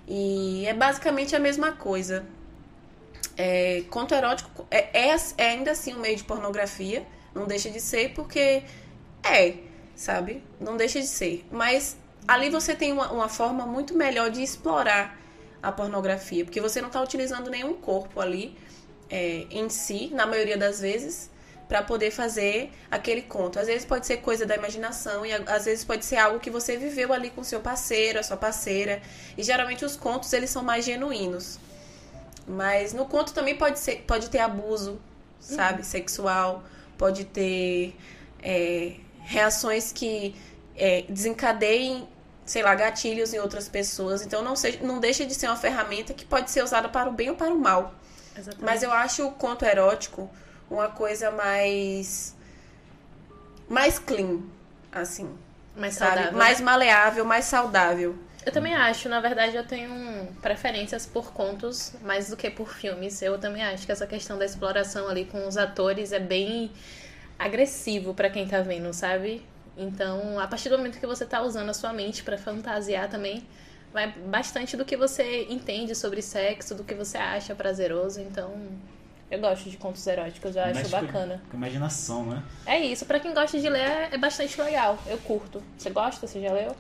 E é basicamente a mesma coisa. Conto erótico é ainda assim um meio de pornografia. Não deixa de ser porque sabe? Não deixa de ser. Mas ali você tem uma forma muito melhor de explorar a pornografia. Porque você não está utilizando nenhum corpo ali em si, na maioria das vezes, para poder fazer aquele conto. Às vezes pode ser coisa da imaginação e às vezes pode ser algo que você viveu ali com seu parceiro, a sua parceira. E geralmente os contos, eles são mais genuínos. Mas no conto também pode ter abuso, sabe? Sexual. Pode ter reações que desencadeiem, sei lá, gatilhos em outras pessoas. Então não deixa de ser uma ferramenta que pode ser usada para o bem ou para o mal. Exatamente. Mas eu acho o conto erótico uma coisa mais clean, assim. Mais sabe? saudável. Mais maleável, mais saudável. Eu também acho. Na verdade, eu tenho preferências por contos mais do que por filmes. Eu também acho que essa questão da exploração ali com os atores é bem agressivo pra quem tá vendo, sabe? Então, a partir do momento que você tá usando a sua mente pra fantasiar também, vai bastante do que você entende sobre sexo, do que você acha prazeroso. Então, eu gosto de contos eróticos, eu acho bacana. Com imaginação, né? É isso, pra quem gosta de ler é bastante legal. Eu curto. Você gosta? Você já leu?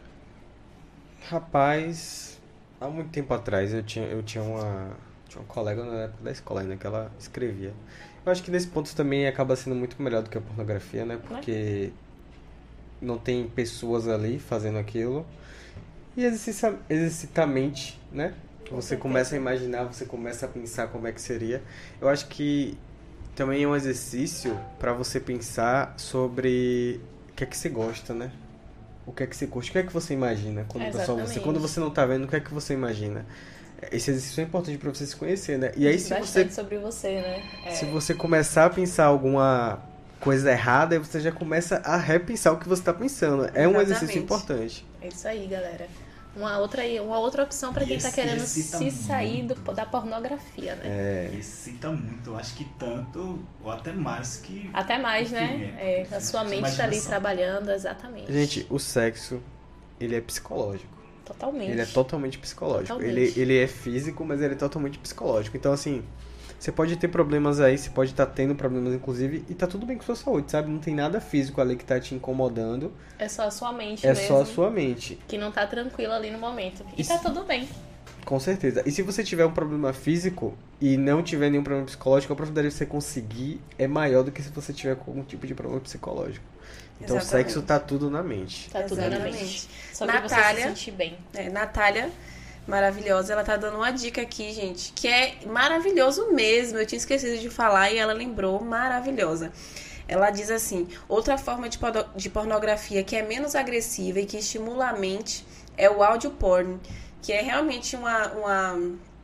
Rapaz, há muito tempo atrás eu tinha uma colega na época da escola ainda que ela escrevia. Eu acho que nesse ponto também acaba sendo muito melhor do que a pornografia, né? Porque não tem pessoas ali fazendo aquilo. E exercita a mente, né? Você começa a imaginar, você começa a pensar como é que seria. Eu acho que também é um exercício para você pensar sobre o que é que você gosta, né? O que é que você curte, o que é que você imagina quando você não tá vendo, o que é que você imagina. Esse exercício é importante para você se conhecer, né? E aí sobre você, né? Se você começar a pensar alguma coisa errada, aí você já começa a repensar o que você tá pensando. É um exercício importante. É isso aí, galera. Uma outra opção para quem tá querendo se sair da pornografia, né? Excita muito, eu acho que tanto ou até mais que... Até mais, né? A sua mente tá ali trabalhando, exatamente. Gente, o sexo, ele é psicológico. Totalmente. Ele é totalmente psicológico. Totalmente. Ele é físico, mas ele é totalmente psicológico. Então, assim, você pode ter problemas aí, você pode estar tendo problemas, inclusive, e tá tudo bem com a sua saúde, sabe? Não tem nada físico ali que tá te incomodando. É só a sua mente mesmo. É só a sua mente. Que não tá tranquila ali no momento. E tá tudo bem. Com certeza. E se você tiver um problema físico e não tiver nenhum problema psicológico, a probabilidade de você conseguir é maior do que se você tiver algum tipo de problema psicológico. Então, Exatamente. O sexo tá tudo na mente. Tá tudo na mente. Só que Natália, você se sentir bem. Natália, maravilhosa, ela tá dando uma dica aqui, gente, que é maravilhoso mesmo. Eu tinha esquecido de falar e ela lembrou, maravilhosa. Ela diz assim: outra forma de pornografia que é menos agressiva e que estimula a mente é o audio porn, que é realmente uma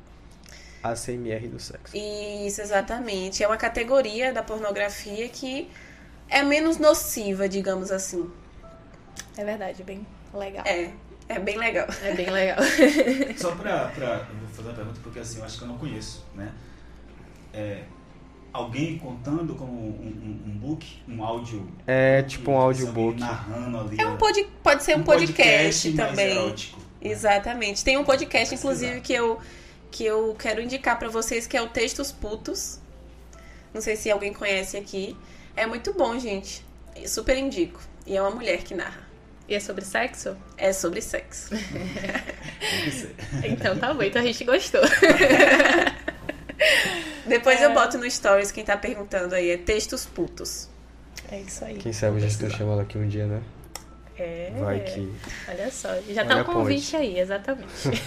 ASMR do sexo. Isso, exatamente. É uma categoria da pornografia que é menos nociva, digamos assim. É verdade, bem legal. É bem legal. É bem legal. Só eu vou fazer uma pergunta porque assim, eu acho que eu não conheço, né? Alguém contando como um book, um áudio... tipo um audiobook. Narrando ali. Pode ser um podcast também. Erótico, né? Exatamente. Tem um podcast, inclusive, que eu quero indicar pra vocês, que é o Textos Putos. Não sei se alguém conhece aqui. É muito bom, gente. Super indico. E é uma mulher que narra. E é sobre sexo? É sobre sexo. Então tá bom, então a gente gostou. Depois eu boto no stories quem tá perguntando aí. É Textos Putos. É isso aí. Quem sabe a gente tá chamando aqui um dia, né? Vai que... Olha só, já tá o convite aí, exatamente.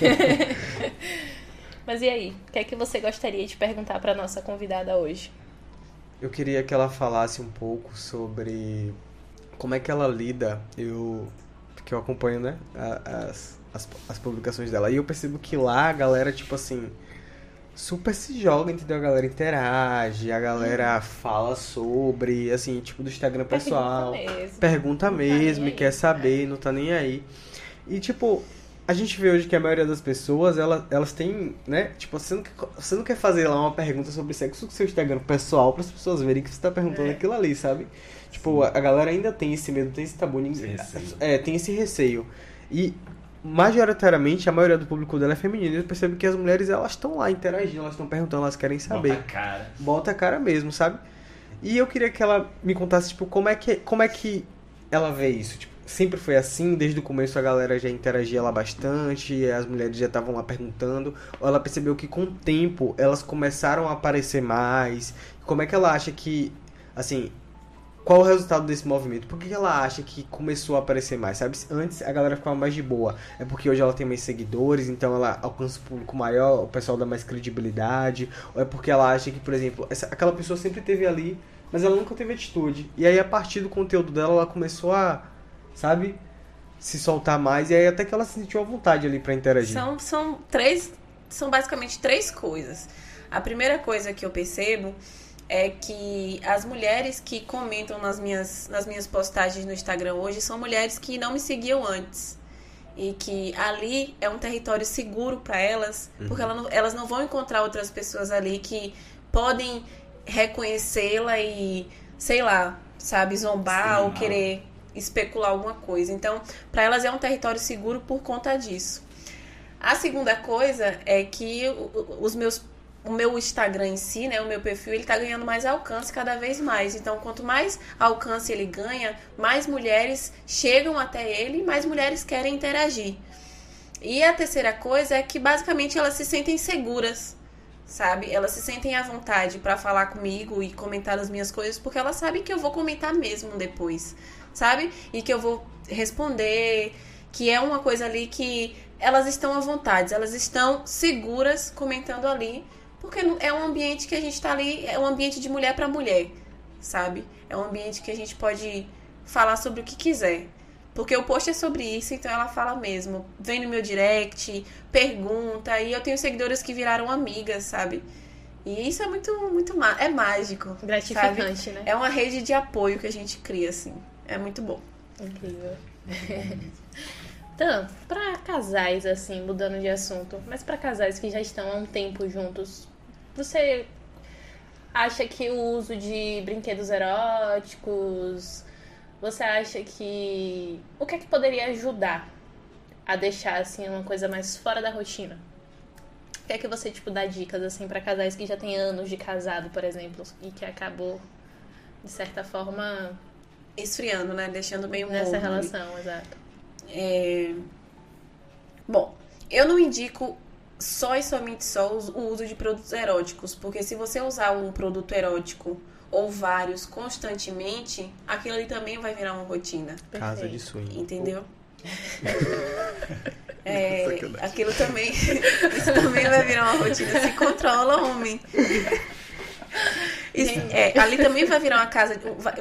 Mas e aí? O que é que você gostaria de perguntar pra nossa convidada hoje? Eu queria que ela falasse um pouco sobre como é que ela lida, porque eu acompanho, né, as publicações dela, e eu percebo que lá a galera, tipo assim, super se joga, entendeu? A galera interage, a galera fala sobre, assim, tipo do Instagram pessoal, pergunta mesmo e quer saber, não tá nem aí. E tipo, a gente vê hoje que a maioria das pessoas, elas têm, né, tipo, você não quer fazer lá uma pergunta sobre sexo com seu Instagram pessoal para as pessoas verem que você tá perguntando aquilo ali, sabe? Tipo, a galera ainda tem esse medo, tem esse tabu, tem esse receio. E majoritariamente, a maioria do público dela é feminino. Eu percebo que as mulheres, elas estão lá interagindo, elas estão perguntando, elas querem saber. Bota a cara. Bota a cara mesmo, sabe? E eu queria que ela me contasse, tipo, como é que ela vê isso? Tipo, sempre foi assim? Desde o começo a galera já interagia lá bastante, as mulheres já estavam lá perguntando, ou ela percebeu que com o tempo elas começaram a aparecer mais? Como é que ela acha que, assim, qual o resultado desse movimento? Por que ela acha que começou a aparecer mais, sabe? Antes a galera ficava mais de boa, é porque hoje ela tem mais seguidores, então ela alcança um público maior, o pessoal dá mais credibilidade, ou é porque ela acha que, por exemplo, aquela pessoa sempre esteve ali, mas ela nunca teve atitude, e aí a partir do conteúdo dela ela começou a, sabe, se soltar mais, e aí até que ela se sentiu à vontade ali pra interagir. São basicamente 3 coisas. A primeira coisa que eu percebo é que as mulheres que comentam nas minhas postagens no Instagram hoje são mulheres que não me seguiam antes. E que ali é um território seguro para elas, porque elas não vão encontrar outras pessoas ali que podem reconhecê-la e, sei lá, sabe, zombar ou querer especular alguma coisa. Então, para elas é um território seguro por conta disso. A segunda coisa é que o meu Instagram em si, né, o meu perfil, ele tá ganhando mais alcance cada vez mais. Então, quanto mais alcance ele ganha, mais mulheres chegam até ele e mais mulheres querem interagir. E a terceira coisa é que, basicamente, elas se sentem seguras, sabe? Elas se sentem à vontade pra falar comigo e comentar as minhas coisas, porque elas sabem que eu vou comentar mesmo depois, sabe? E que eu vou responder, que é uma coisa ali que elas estão à vontade, elas estão seguras comentando ali, porque é um ambiente que a gente tá ali, é um ambiente de mulher pra mulher, sabe? É um ambiente que a gente pode falar sobre o que quiser. Porque o post é sobre isso, então ela fala mesmo. Vem no meu direct, pergunta, e eu tenho seguidoras que viraram amigas, sabe? E isso é muito é mágico. Gratificante, sabe? né? É uma rede de apoio que a gente cria, assim. É muito bom. Incrível. Então, pra casais, assim, mudando de assunto, mas pra casais que já estão há um tempo juntos, você acha que o uso de brinquedos eróticos, você acha que... O que é que poderia ajudar a deixar, assim, uma coisa mais fora da rotina? O que é que você, tipo, dá dicas, assim, pra casais que já têm anos de casado, por exemplo, e que acabou, de certa forma... Esfriando, né? Deixando meio morno nessa relação, exato. Bom, eu não indico só e somente o uso de produtos eróticos, porque se você usar um produto erótico ou vários constantemente, aquilo ali também vai virar uma rotina. Casa de swing. Entendeu? Aquilo também, isso também vai virar uma rotina. Se controla, homem. Ali também vai virar uma casa.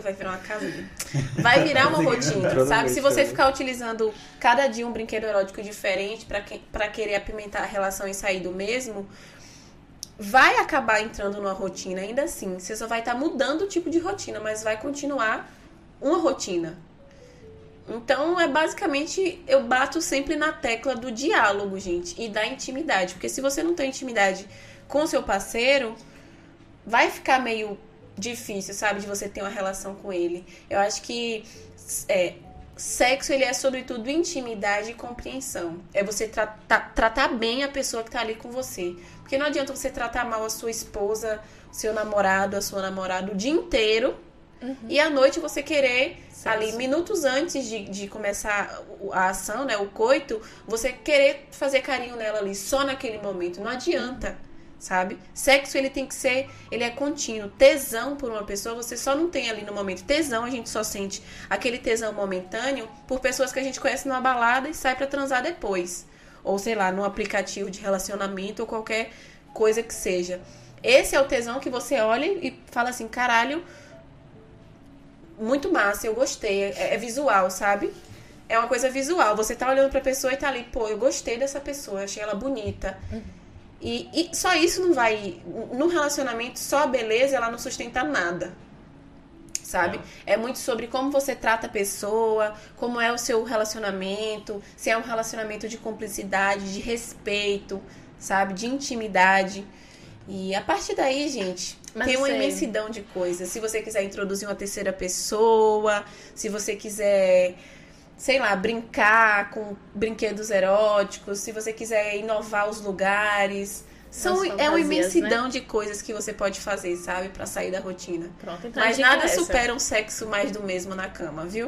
Vai virar uma rotina, sabe? Se você ficar utilizando cada dia um brinquedo erótico diferente pra querer apimentar a relação e sair do mesmo, vai acabar entrando numa rotina. Ainda assim, você só vai estar mudando o tipo de rotina, mas vai continuar uma rotina. Então, basicamente, eu bato sempre na tecla do diálogo, gente, e da intimidade. Porque se você não tem intimidade com o seu parceiro, vai ficar meio difícil, sabe, de você ter uma relação com ele. Eu acho que sexo, ele é sobretudo intimidade e compreensão. É você tratar bem a pessoa que tá ali com você. Porque não adianta você tratar mal a sua esposa, seu namorado, a sua namorada o dia inteiro, e à noite você querer, ali, minutos antes de começar a ação, né, o coito, você querer fazer carinho nela ali, só naquele momento. Não adianta. Sabe? Sexo, ele é contínuo. Tesão por uma pessoa, você só não tem ali no momento. Tesão, a gente só sente aquele tesão momentâneo por pessoas que a gente conhece numa balada e sai pra transar depois. Ou, sei lá, num aplicativo de relacionamento ou qualquer coisa que seja. Esse é o tesão que você olha e fala assim, caralho, muito massa, eu gostei. É visual, sabe? É uma coisa visual. Você tá olhando pra pessoa e tá ali, pô, eu gostei dessa pessoa, achei ela bonita. E só isso não vai... No relacionamento, só a beleza, ela não sustenta nada, sabe? É muito sobre como você trata a pessoa, como é o seu relacionamento, se é um relacionamento de cumplicidade, de respeito, sabe? De intimidade. E a partir daí, gente, tem uma imensidão de coisas. Se você quiser introduzir uma terceira pessoa, se você quiser... sei lá, brincar com brinquedos eróticos, se você quiser inovar os lugares. É uma imensidão, né, de coisas que você pode fazer, sabe? Pra sair da rotina. Pronto, então mas nada supera um sexo mais do mesmo na cama, viu?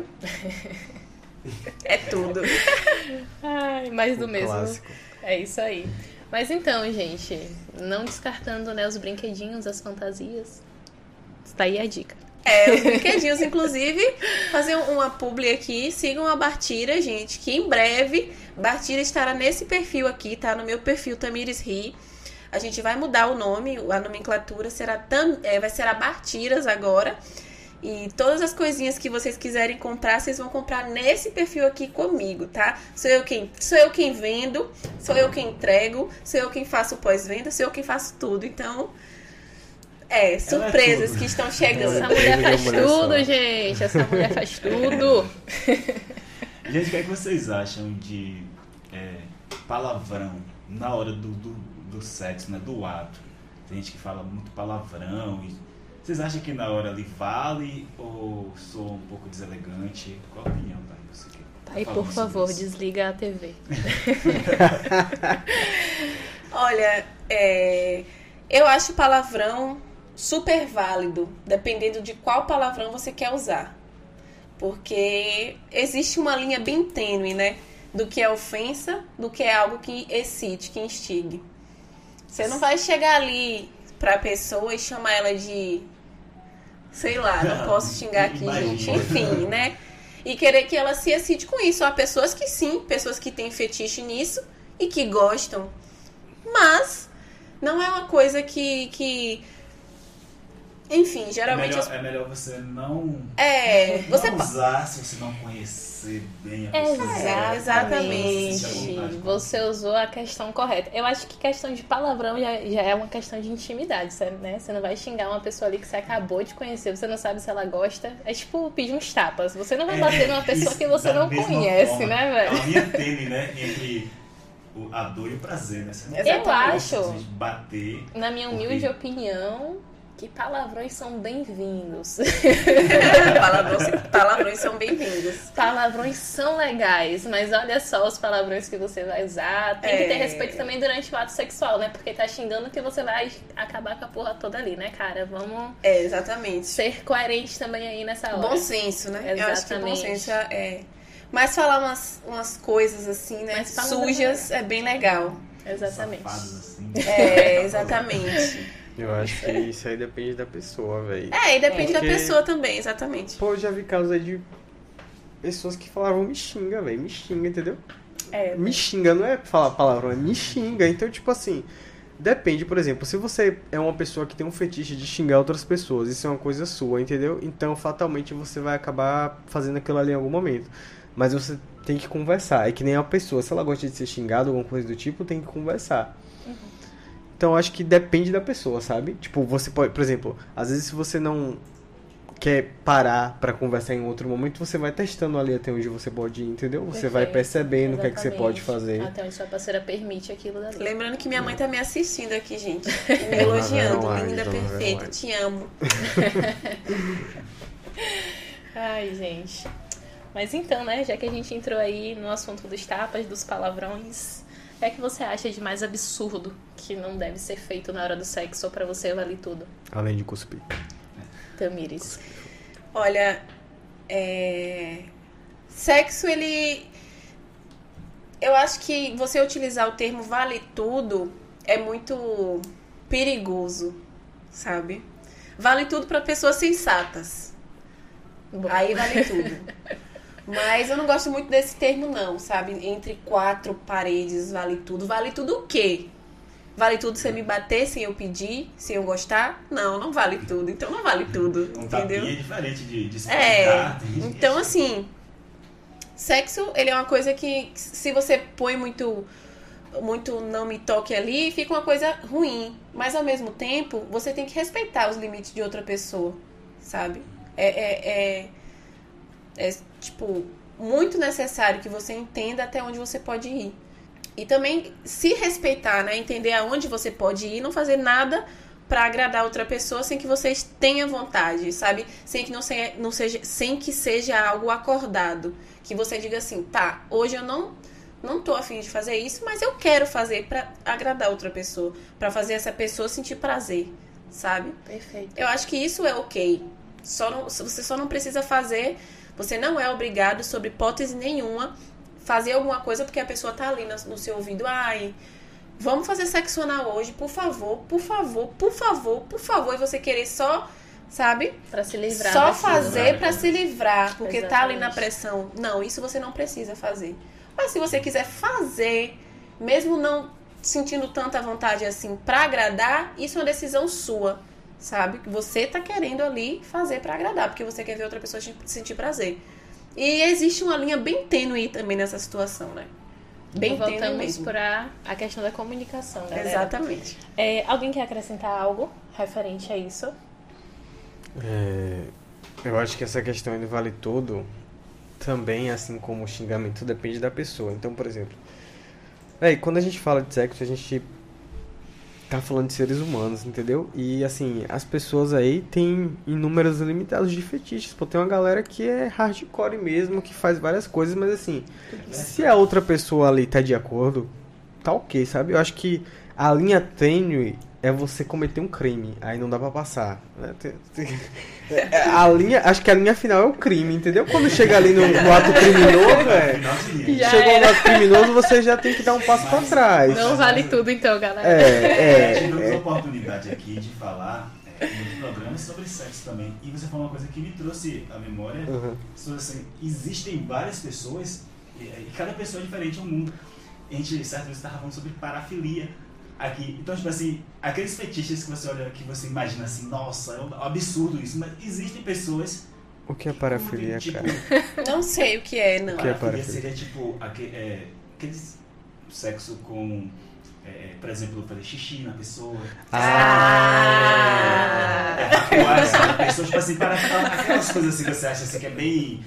É tudo. Ai, mais do mesmo. Clássico. É isso aí. Mas então, gente, não descartando, né, os brinquedinhos, as fantasias. Está aí a dica. Os brinquedinhos, inclusive, fazer uma publi aqui, sigam a Bartira, gente, que em breve Bartira estará nesse perfil aqui, tá? No meu perfil Tamires Ri. A gente vai mudar o nome, a nomenclatura vai ser a Bartiras agora. E todas as coisinhas que vocês quiserem comprar, vocês vão comprar nesse perfil aqui comigo, tá? Sou eu quem vendo, sou eu quem entrego, sou eu quem faço pós-venda, sou eu quem faço tudo. Então, surpresas que estão chegando. Essa mulher faz tudo, gente. Essa mulher faz tudo. Gente, o que é que vocês acham de palavrão na hora do sexo, né? Do ato? Tem gente que fala muito palavrão. Vocês acham que na hora ali vale ou soa um pouco deselegante? Qual a opinião, Thay? Você que Pai, por favor, desliga a TV. Olha, eu acho palavrão super válido, dependendo de qual palavrão você quer usar. Porque existe uma linha bem tênue, né? Do que é ofensa, do que é algo que excite, que instigue. Você não vai chegar ali pra pessoa e chamar ela de... Sei lá, não posso xingar aqui, gente. Enfim, né? E querer que ela se excite com isso. Há pessoas que sim, pessoas que têm fetiche nisso e que gostam. Mas não é uma coisa que enfim, geralmente... É melhor você não usar se você não conhecer bem a pessoa. Exatamente. Você usou a questão correta. Eu acho que questão de palavrão já é uma questão de intimidade, né? Você não vai xingar uma pessoa ali que você acabou de conhecer, você não sabe se ela gosta. É tipo pedir uns tapas. Você não vai bater numa pessoa que você não conhece, forma, né, velho? É uma linha tênue, né? Entre a dor e o prazer, né? Você não eu acho, bater, na minha humilde opinião, que palavrões são bem-vindos. Palavrões são bem-vindos. Palavrões são legais, mas olha só os palavrões que você vai usar. Tem que ter respeito também durante o ato sexual, né? Porque tá xingando que você vai acabar com a porra toda ali, né, cara? Vamos exatamente. Ser coerente também aí nessa hora. Bom senso, né? Exatamente. Eu acho que bom senso Mas falar umas coisas assim, né? Sujas é bem legal. Exatamente. Assim. Exatamente. Eu acho que isso aí depende da pessoa, velho. E depende da pessoa também, exatamente. Pô, eu já vi casos aí de pessoas que falavam me xinga, velho. Me xinga, entendeu? Me xinga, não é falar palavrão, é me xinga. Então, tipo assim, depende, por exemplo, se você é uma pessoa que tem um fetiche de xingar outras pessoas, isso é uma coisa sua, entendeu? Então, fatalmente, você vai acabar fazendo aquilo ali em algum momento. Mas você tem que conversar. É que nem uma pessoa, se ela gosta de ser xingada, alguma coisa do tipo, tem que conversar. Então, eu acho que depende da pessoa, sabe? Tipo, você pode, por exemplo, às vezes se você não quer parar pra conversar em outro momento, você vai testando ali até onde você pode ir, entendeu? Você Perfeito. Vai percebendo o que é que você pode fazer. Até onde sua parceira permite aquilo dali. Lembrando que minha mãe tá me assistindo aqui, gente. Me elogiando. Linda, perfeita. Te amo. Ai, gente. Mas então, né? Já que a gente entrou aí no assunto dos tapas, dos palavrões, o que é que você acha de mais absurdo que não deve ser feito na hora do sexo ou pra você vale tudo? Além de cuspir. Tamires. Olha, sexo, eu acho que você utilizar o termo vale tudo é muito perigoso, sabe? Vale tudo pra pessoas sensatas. Bom. Aí vale tudo. Mas eu não gosto muito desse termo não, sabe? Entre quatro paredes vale tudo. Vale tudo o quê? Vale tudo você me bater sem eu pedir, sem eu gostar? Não vale tudo. Então não vale tudo, entendeu? É diferente de explicar. Então assim, sexo, ele é uma coisa que se você põe muito não me toque ali, fica uma coisa ruim. Mas ao mesmo tempo, você tem que respeitar os limites de outra pessoa, sabe? É tipo, muito necessário que você entenda até onde você pode ir. E também se respeitar, né? Entender aonde você pode ir e não fazer nada pra agradar outra pessoa sem que vocês tenham vontade, sabe? Sem que seja algo acordado. Que você diga assim, tá, hoje eu não tô afim de fazer isso, mas eu quero fazer pra agradar outra pessoa. Pra fazer essa pessoa sentir prazer, sabe? Perfeito. Eu acho que isso é ok. Você só não precisa fazer, você não é obrigado, sob hipótese nenhuma, fazer alguma coisa porque a pessoa tá ali no seu ouvido. Ai, vamos fazer sexo anal hoje, por favor, por favor, por favor, por favor. E você querer só, sabe? Pra se livrar. Só daquilo, fazer né? pra se livrar, porque tá ali na Exatamente. pressão. Não, isso você não precisa fazer. Mas se você quiser fazer, mesmo não sentindo tanta vontade assim pra agradar, isso é uma decisão sua, sabe? Que você tá querendo ali fazer pra agradar, porque você quer ver outra pessoa sentir prazer. E existe uma linha bem tênue também nessa situação, né? Bem tênue Voltamos mesmo. para a questão da comunicação, galera. Exatamente. Alguém quer acrescentar algo referente a isso? Eu acho que essa questão ainda vale tudo. Também, assim como o xingamento, depende da pessoa. Então, por exemplo, quando a gente fala de sexo, a gente tá falando de seres humanos, entendeu? E, assim, as pessoas aí têm inúmeros limitados de fetiches. Pô, tem uma galera que é hardcore mesmo, que faz várias coisas, mas, assim, se a outra pessoa ali tá de acordo, tá ok, sabe? Eu acho que a linha tênue é você cometer um crime, aí não dá pra passar, né? Acho que a linha final é o crime, entendeu? Quando chega ali no ato criminoso, Já chegou no era. ato criminoso, você já tem que dar um passo pra trás. Não vale tudo então, galera. Tivemos a oportunidade aqui de falar em outros programas sobre sexo também. E você falou uma coisa que me trouxe à memória. Sobre, assim, existem várias pessoas, e cada pessoa é diferente ao mundo. A gente, certa vez, estava falando sobre parafilia aqui. Então, tipo assim, aqueles fetiches que você olha, que você imagina assim, nossa, é um absurdo isso. Mas existem pessoas... O que é parafilia, tipo, cara? Não sei o que é, não. O que é parafilia parafilia? seria tipo aqueles sexo com, por exemplo, fazer xixi na pessoa. Tatuagem na pessoa, tipo assim, para aquelas coisas assim que você acha assim, que é bem...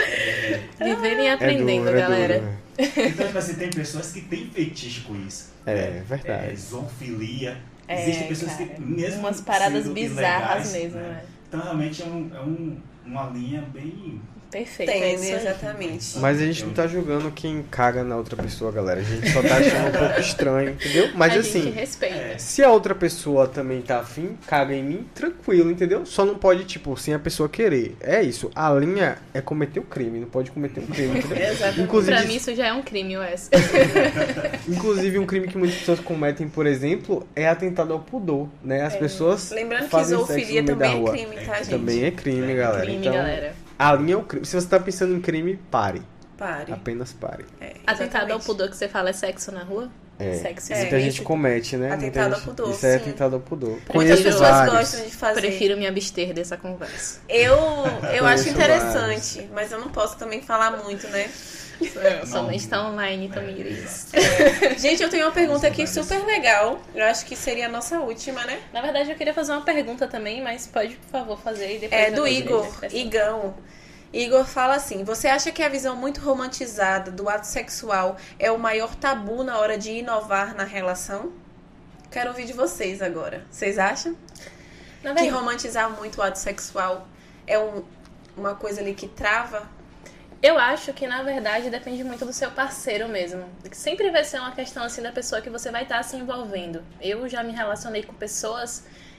Vivendo e aprendendo, duro, galera. né? Então, tipo assim, tem pessoas que têm fetiche com isso. Verdade. Zoofilia. Existem pessoas cara, que, mesmo umas paradas sendo bizarras ilegais, mesmo, né? né? Então, realmente, é uma linha bem... Perfeito. é Tem, isso aí. exatamente. Mas a gente não tá julgando quem caga na outra pessoa, galera. A gente só tá achando um pouco estranho, entendeu? Mas A assim, gente respeita. se a outra pessoa também tá afim, caga em mim, tranquilo, entendeu? Só não pode, tipo, sem a pessoa querer. É isso. A linha é cometer o crime, não pode cometer um crime, entendeu? Exatamente. Inclusive, Pra mim isso já é um crime, Wes. inclusive, um crime que muitas pessoas cometem, por exemplo, é atentado ao pudor, né? As pessoas Lembrando que fazem zoofilia sexo no meio também da é rua. crime, tá, gente? Também é crime, galera. Crime, Então, galera. a linha é o crime. Se você tá pensando em crime, pare. Pare. Apenas pare. Atentado ao Exatamente. pudor que você fala é sexo na rua? Sexo Muita gente comete, né? Muita Atentado ao gente- pudor, Isso é sim. atentado ao pudor. Muitas Conheço pessoas vários. gostam de fazer. Prefiro me abster dessa conversa. Eu acho Conheço interessante, mas eu não posso também falar muito, né? Somente tá online, Tamires. Gente, eu tenho uma pergunta aqui super legal. Eu acho que seria a nossa última, né? Na verdade, eu queria fazer uma pergunta também, mas pode, por favor, fazer e depois... É eu do gostaria de Igor, acrescentar. Igão. Igor fala assim: você acha que a visão muito romantizada do ato sexual é o maior tabu na hora de inovar na relação? Quero ouvir de vocês agora. Vocês acham Na que verdade, romantizar muito o ato sexual é uma coisa ali que trava? eu acho que, na verdade, depende muito do seu parceiro mesmo. Sempre vai ser uma questão, assim, da pessoa que você vai estar se envolvendo. Eu já me relacionei com pessoas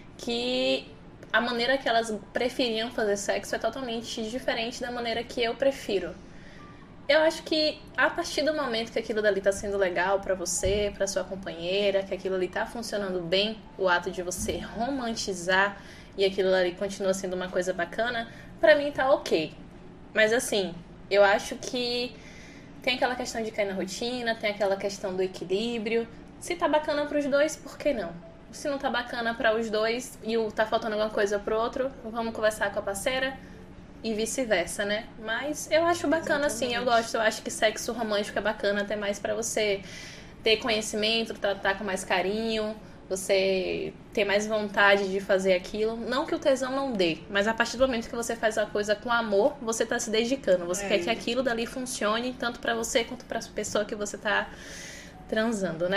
que a maneira que elas preferiam fazer sexo é totalmente diferente da maneira que eu prefiro. Eu acho que a partir do momento que aquilo dali tá sendo legal pra você, pra sua companheira, que aquilo ali tá funcionando bem, o ato de você romantizar e aquilo ali continua sendo uma coisa bacana, pra mim tá ok. Mas assim, eu acho que tem aquela questão de cair na rotina, tem aquela questão do equilíbrio. Se tá bacana pros dois, por que não? Se não tá bacana para os dois e tá faltando alguma coisa pro outro, vamos conversar com a parceira e vice-versa, né? Mas eu acho bacana, sim, eu gosto. Eu acho que sexo romântico é bacana até mais pra você ter conhecimento, tratar com mais carinho, você ter mais vontade de fazer aquilo. Não que o tesão não dê, mas a partir do momento que você faz a coisa com amor, você tá se dedicando. Você quer que aquilo dali funcione tanto pra você quanto pra pessoa que você tá transando, né?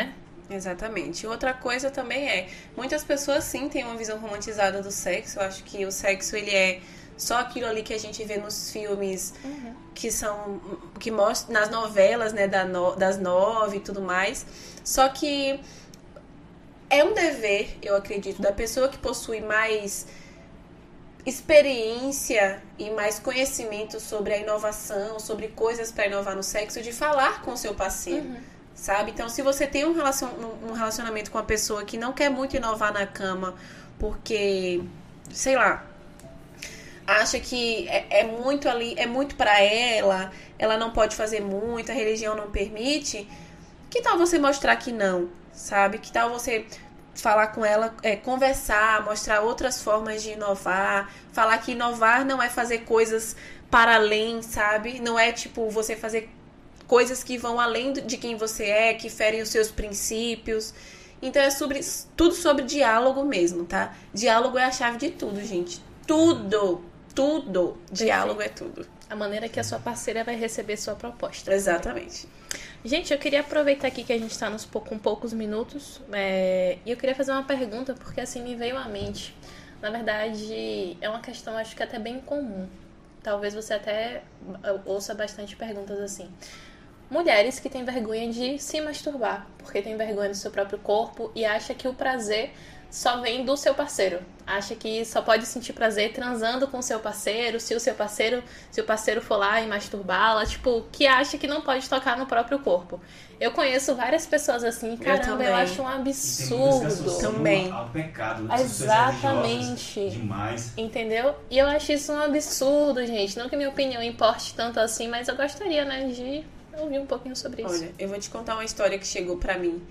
Exatamente. Outra coisa também muitas pessoas sim têm uma visão romantizada do sexo. Eu acho que o sexo, ele é só aquilo ali que a gente vê nos filmes, que mostra nas novelas, né, das 9 e tudo mais. Só que é um dever, eu acredito, da pessoa que possui mais experiência e mais conhecimento sobre a inovação, sobre coisas para inovar no sexo, de falar com o seu parceiro, sabe? Então, se você tem um relacionamento com uma pessoa que não quer muito inovar na cama, porque, sei lá, acha que é muito ali, é muito pra ela não pode fazer muito, a religião não permite, que tal você mostrar que não, sabe? Que tal você falar com ela, conversar, mostrar outras formas de inovar, falar que inovar não é fazer coisas para além, sabe? Não é tipo você fazer coisas que vão além de quem você é, que ferem os seus princípios. Então é tudo sobre diálogo mesmo, tá? Diálogo é a chave de tudo, gente. Tudo. Diálogo é tudo. A maneira que a sua parceira vai receber sua proposta. Exatamente. Gente, eu queria aproveitar aqui que a gente está com poucos minutos e eu queria fazer uma pergunta, porque assim me veio à mente. Na verdade, é uma questão, acho que até bem comum. Talvez você até ouça bastante perguntas assim. Mulheres que têm vergonha de se masturbar, porque têm vergonha do seu próprio corpo e acha que o prazer só vem do seu parceiro. Acha que só pode sentir prazer transando com o seu parceiro, se o parceiro for lá e masturbá-la, tipo, que acha que não pode tocar no próprio corpo. Eu conheço várias pessoas assim, caramba, eu acho um absurdo. Também. Ao pecado, exatamente. Demais. Entendeu? E eu acho isso um absurdo, gente. Não que minha opinião importe tanto assim, mas eu gostaria, né, de ouvir um pouquinho sobre isso. Olha, eu vou te contar uma história que chegou pra mim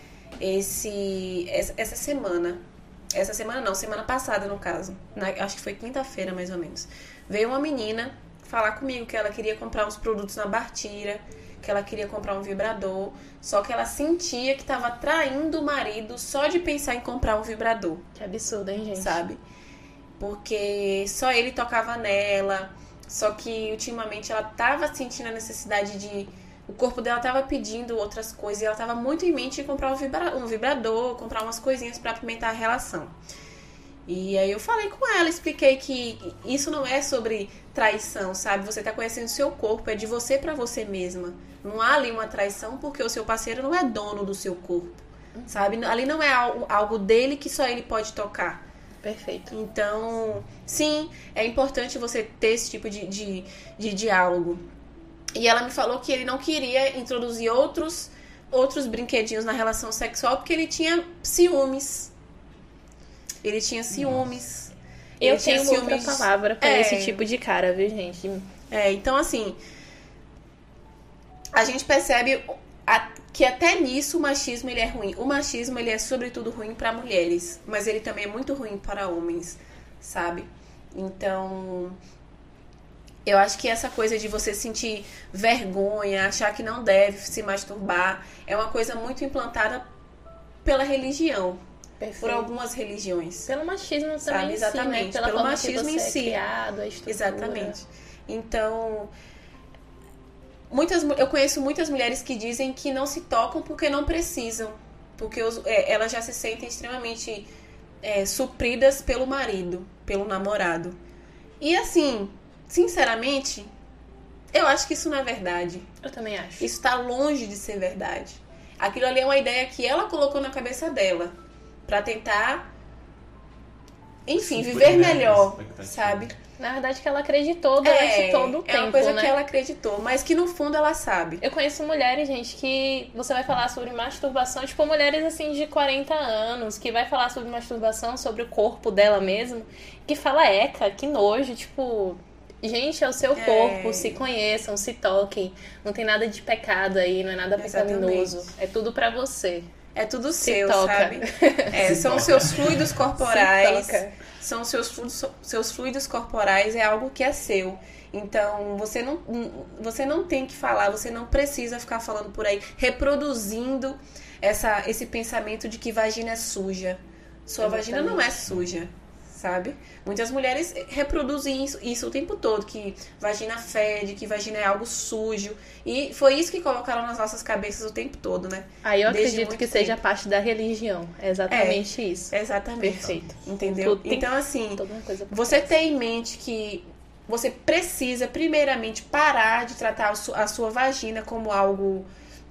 essa semana. Essa semana não, semana passada no caso. Acho que foi quinta-feira mais ou menos. Veio uma menina falar comigo que ela queria comprar uns produtos na Bartira, que ela queria comprar um vibrador, só que ela sentia que estava traindo o marido só de pensar em comprar um vibrador. Que absurdo, hein, gente? Sabe? Porque só ele tocava nela, só que ultimamente ela tava sentindo a necessidade de... O corpo dela tava pedindo outras coisas e ela tava muito em mente de comprar um vibrador, comprar umas coisinhas pra apimentar a relação. E aí eu falei com ela, expliquei que isso não é sobre traição, sabe? Você tá conhecendo o seu corpo, é de você pra você mesma. Não há ali uma traição porque o seu parceiro não é dono do seu corpo, sabe? Ali não é algo dele que só ele pode tocar. Perfeito. Então, sim, é importante você ter esse tipo de diálogo. E ela me falou que ele não queria introduzir outros brinquedinhos na relação sexual porque ele tinha ciúmes. Ele tinha ciúmes. Eu tenho outra palavra pra esse tipo de cara, viu, gente? Então assim, a gente percebe que até nisso o machismo ele é ruim. O machismo ele é sobretudo ruim para mulheres, mas ele também é muito ruim para homens, sabe? Então... Eu acho que essa coisa de você sentir vergonha, achar que não deve se masturbar, é uma coisa muito implantada pela religião. Perfeito. Por algumas religiões. Pelo machismo também, sabe? Exatamente. Em si, né? Pelo machismo em si. Criado, a estrutura. Exatamente. Então, eu conheço muitas mulheres que dizem que não se tocam porque não precisam. Porque elas já se sentem extremamente supridas pelo marido, pelo namorado. E assim... Sinceramente, eu acho que isso não é verdade. Eu também acho. Isso tá longe de ser verdade. Aquilo ali é uma ideia que ela colocou na cabeça dela pra tentar, enfim, viver melhor, sabe? Na verdade, que ela acreditou durante todo o tempo, é uma coisa né? que ela acreditou, mas que no fundo ela sabe. Eu conheço mulheres, gente, que você vai falar sobre masturbação, tipo, mulheres assim de 40 anos, que vai falar sobre masturbação, sobre o corpo dela mesmo, que fala, eca, que nojo, tipo... Gente, é o seu corpo, se conheçam, se toquem. Não tem nada de pecado aí, não é nada pecaminoso. É tudo pra você. É tudo seu, sabe? São seus fluidos corporais. São seus fluidos corporais, é algo que é seu. Então, você não tem que falar, você não precisa ficar falando por aí, reproduzindo esse pensamento de que vagina é suja. Sua vagina não é suja, sabe? Muitas mulheres reproduzem isso o tempo todo, que vagina fede, que vagina é algo sujo. E foi isso que colocaram nas nossas cabeças o tempo todo, né? Aí eu Desde acredito muito que seja tempo. parte da religião. É exatamente isso. Exatamente. Perfeito. Entendeu? Tudo tem Então, assim, toda uma coisa por você trás. ter em mente que você precisa, primeiramente, parar de tratar a sua vagina como algo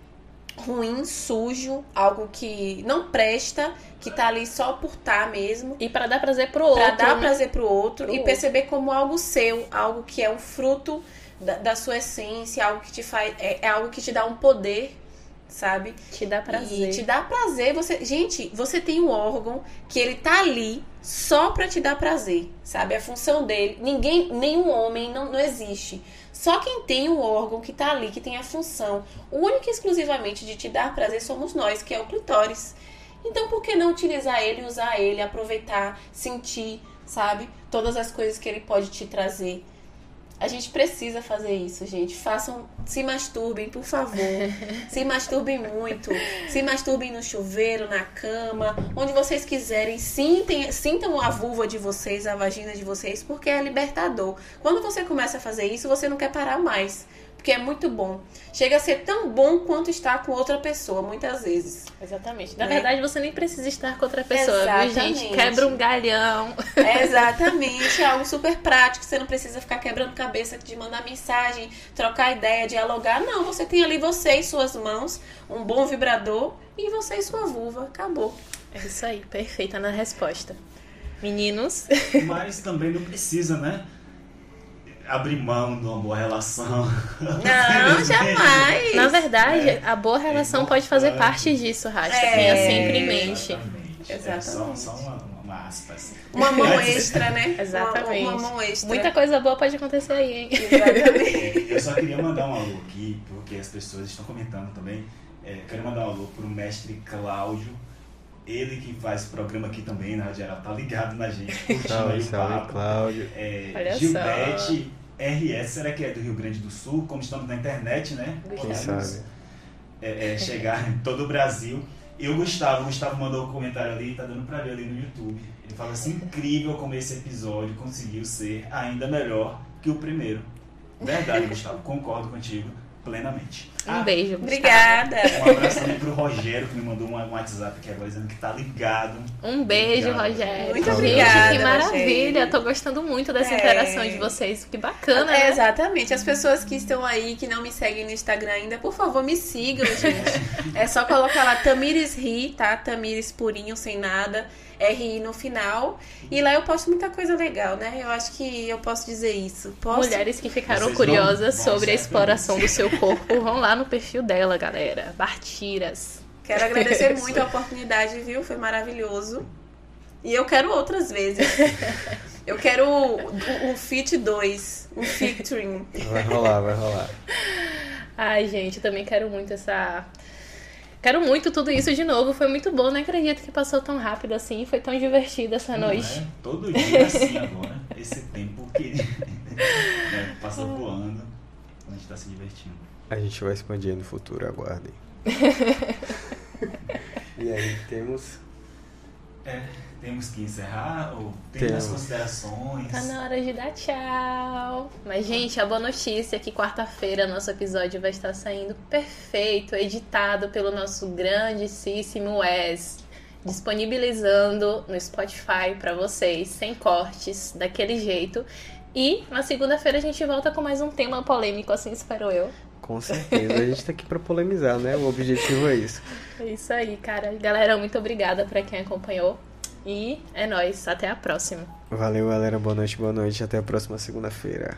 ruim, sujo, algo que não presta, que tá ali só por tá mesmo. E pra dar prazer pro outro. Pra dar né? prazer pro outro Pro e outro. perceber como algo seu, algo que é um fruto da sua essência, algo que te faz. É algo que te dá um poder, sabe? Te dá prazer. E te dá prazer. Gente, você tem um órgão que ele tá ali só pra te dar prazer, sabe? A função dele. Nenhum homem não existe. Só quem tem um órgão que tá ali, que tem a função única e exclusivamente de te dar prazer, somos nós, que é o clitóris. Então, por que não utilizar ele, usar ele, aproveitar, sentir, sabe? Todas as coisas que ele pode te trazer. A gente precisa fazer isso, gente. Se masturbem, por favor. Se masturbem muito. Se masturbem no chuveiro, na cama, onde vocês quiserem. Sintam a vulva de vocês, a vagina de vocês, porque é libertador. Quando você começa a fazer isso, você não quer parar mais. Porque é muito bom. Chega a ser tão bom quanto estar com outra pessoa, muitas vezes. Exatamente. Na Né? verdade, você nem precisa estar com outra pessoa, viu, gente? Exatamente. Quebra um galhão. Exatamente, é algo super prático. Você não precisa ficar quebrando cabeça de mandar mensagem, trocar ideia, dialogar. Não, você tem ali você e suas mãos, um bom vibrador e você e sua vulva. Acabou. É isso aí, perfeita na resposta. Meninos, Mas também não precisa, né? Abrir mão de uma boa relação. Não, jamais. na verdade, a boa relação pode fazer importante. parte disso, Rasta. É. Tenha sempre em mente. Exatamente. Exatamente. Só uma aspas. Uma mão extra, né? Exatamente. Uma mão extra. Muita coisa boa pode acontecer aí, hein? Exatamente. Eu só queria mandar um alô aqui, porque as pessoas estão comentando também. Quero mandar um alô pro mestre Cláudio. Ele que faz o programa aqui também na Rádio Geral, tá ligado na gente. Curtindo aí o Salve, papo. Cláudio. Olha Gilberte RS, será que é do Rio Grande do Sul? Como estamos na internet, né? Quem Podemos, sabe? chegar em todo o Brasil. E o Gustavo mandou um comentário ali, tá dando pra ver ali no YouTube. Ele fala assim, incrível como esse episódio conseguiu ser ainda melhor que o primeiro. Verdade, Gustavo, concordo contigo plenamente. Um beijo. Gustavo. Obrigada. Um abraço também pro Rogério, que me mandou um WhatsApp aqui agora dizendo que tá ligado. Um beijo, Obrigado, Rogério. Muito Gente, obrigada, que maravilha. Rogério. Tô gostando muito dessa É. interação de vocês. Que bacana, né? Exatamente. As pessoas que estão aí, que não me seguem no Instagram ainda, por favor, me sigam, gente. É só colocar lá Tamires Ri, tá? Tamires purinho, sem nada. RI no final. E lá eu posto muita coisa legal, né? Eu acho que eu posso dizer isso. Posso? Mulheres que ficaram Vocês curiosas vão sobre a ser exploração do seu corpo, vão lá no perfil dela, galera. Bartiras. Quero agradecer muito a oportunidade, viu? Foi maravilhoso. E eu quero outras vezes. Eu quero um Fit 2. Um featuring. Vai rolar, vai rolar. Ai, gente, eu também quero muito Quero muito tudo isso de novo. Foi muito bom, não acredito que passou tão rápido assim. Foi tão divertido essa Não noite. é? Todo dia assim agora. Esse tempo que passa voando. A gente tá se divertindo. A gente vai expandir no futuro, aguardem. E aí temos... Temos que encerrar ou tem Temos. as considerações? Tá na hora de dar tchau. Mas, gente, a boa notícia é que quarta-feira nosso episódio vai estar saindo perfeito, editado pelo nosso grandíssimo Wes, disponibilizando no Spotify pra vocês, sem cortes, daquele jeito. E na segunda-feira a gente volta com mais um tema polêmico, assim espero eu. Com certeza, a gente tá aqui pra polemizar, né? O objetivo é isso. É isso aí, cara. Galera, muito obrigada pra quem acompanhou. E é nóis, até a próxima. Valeu, galera. Boa noite. Até a próxima segunda-feira.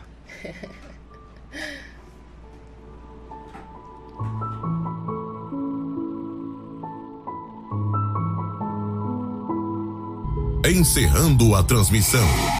Encerrando a transmissão.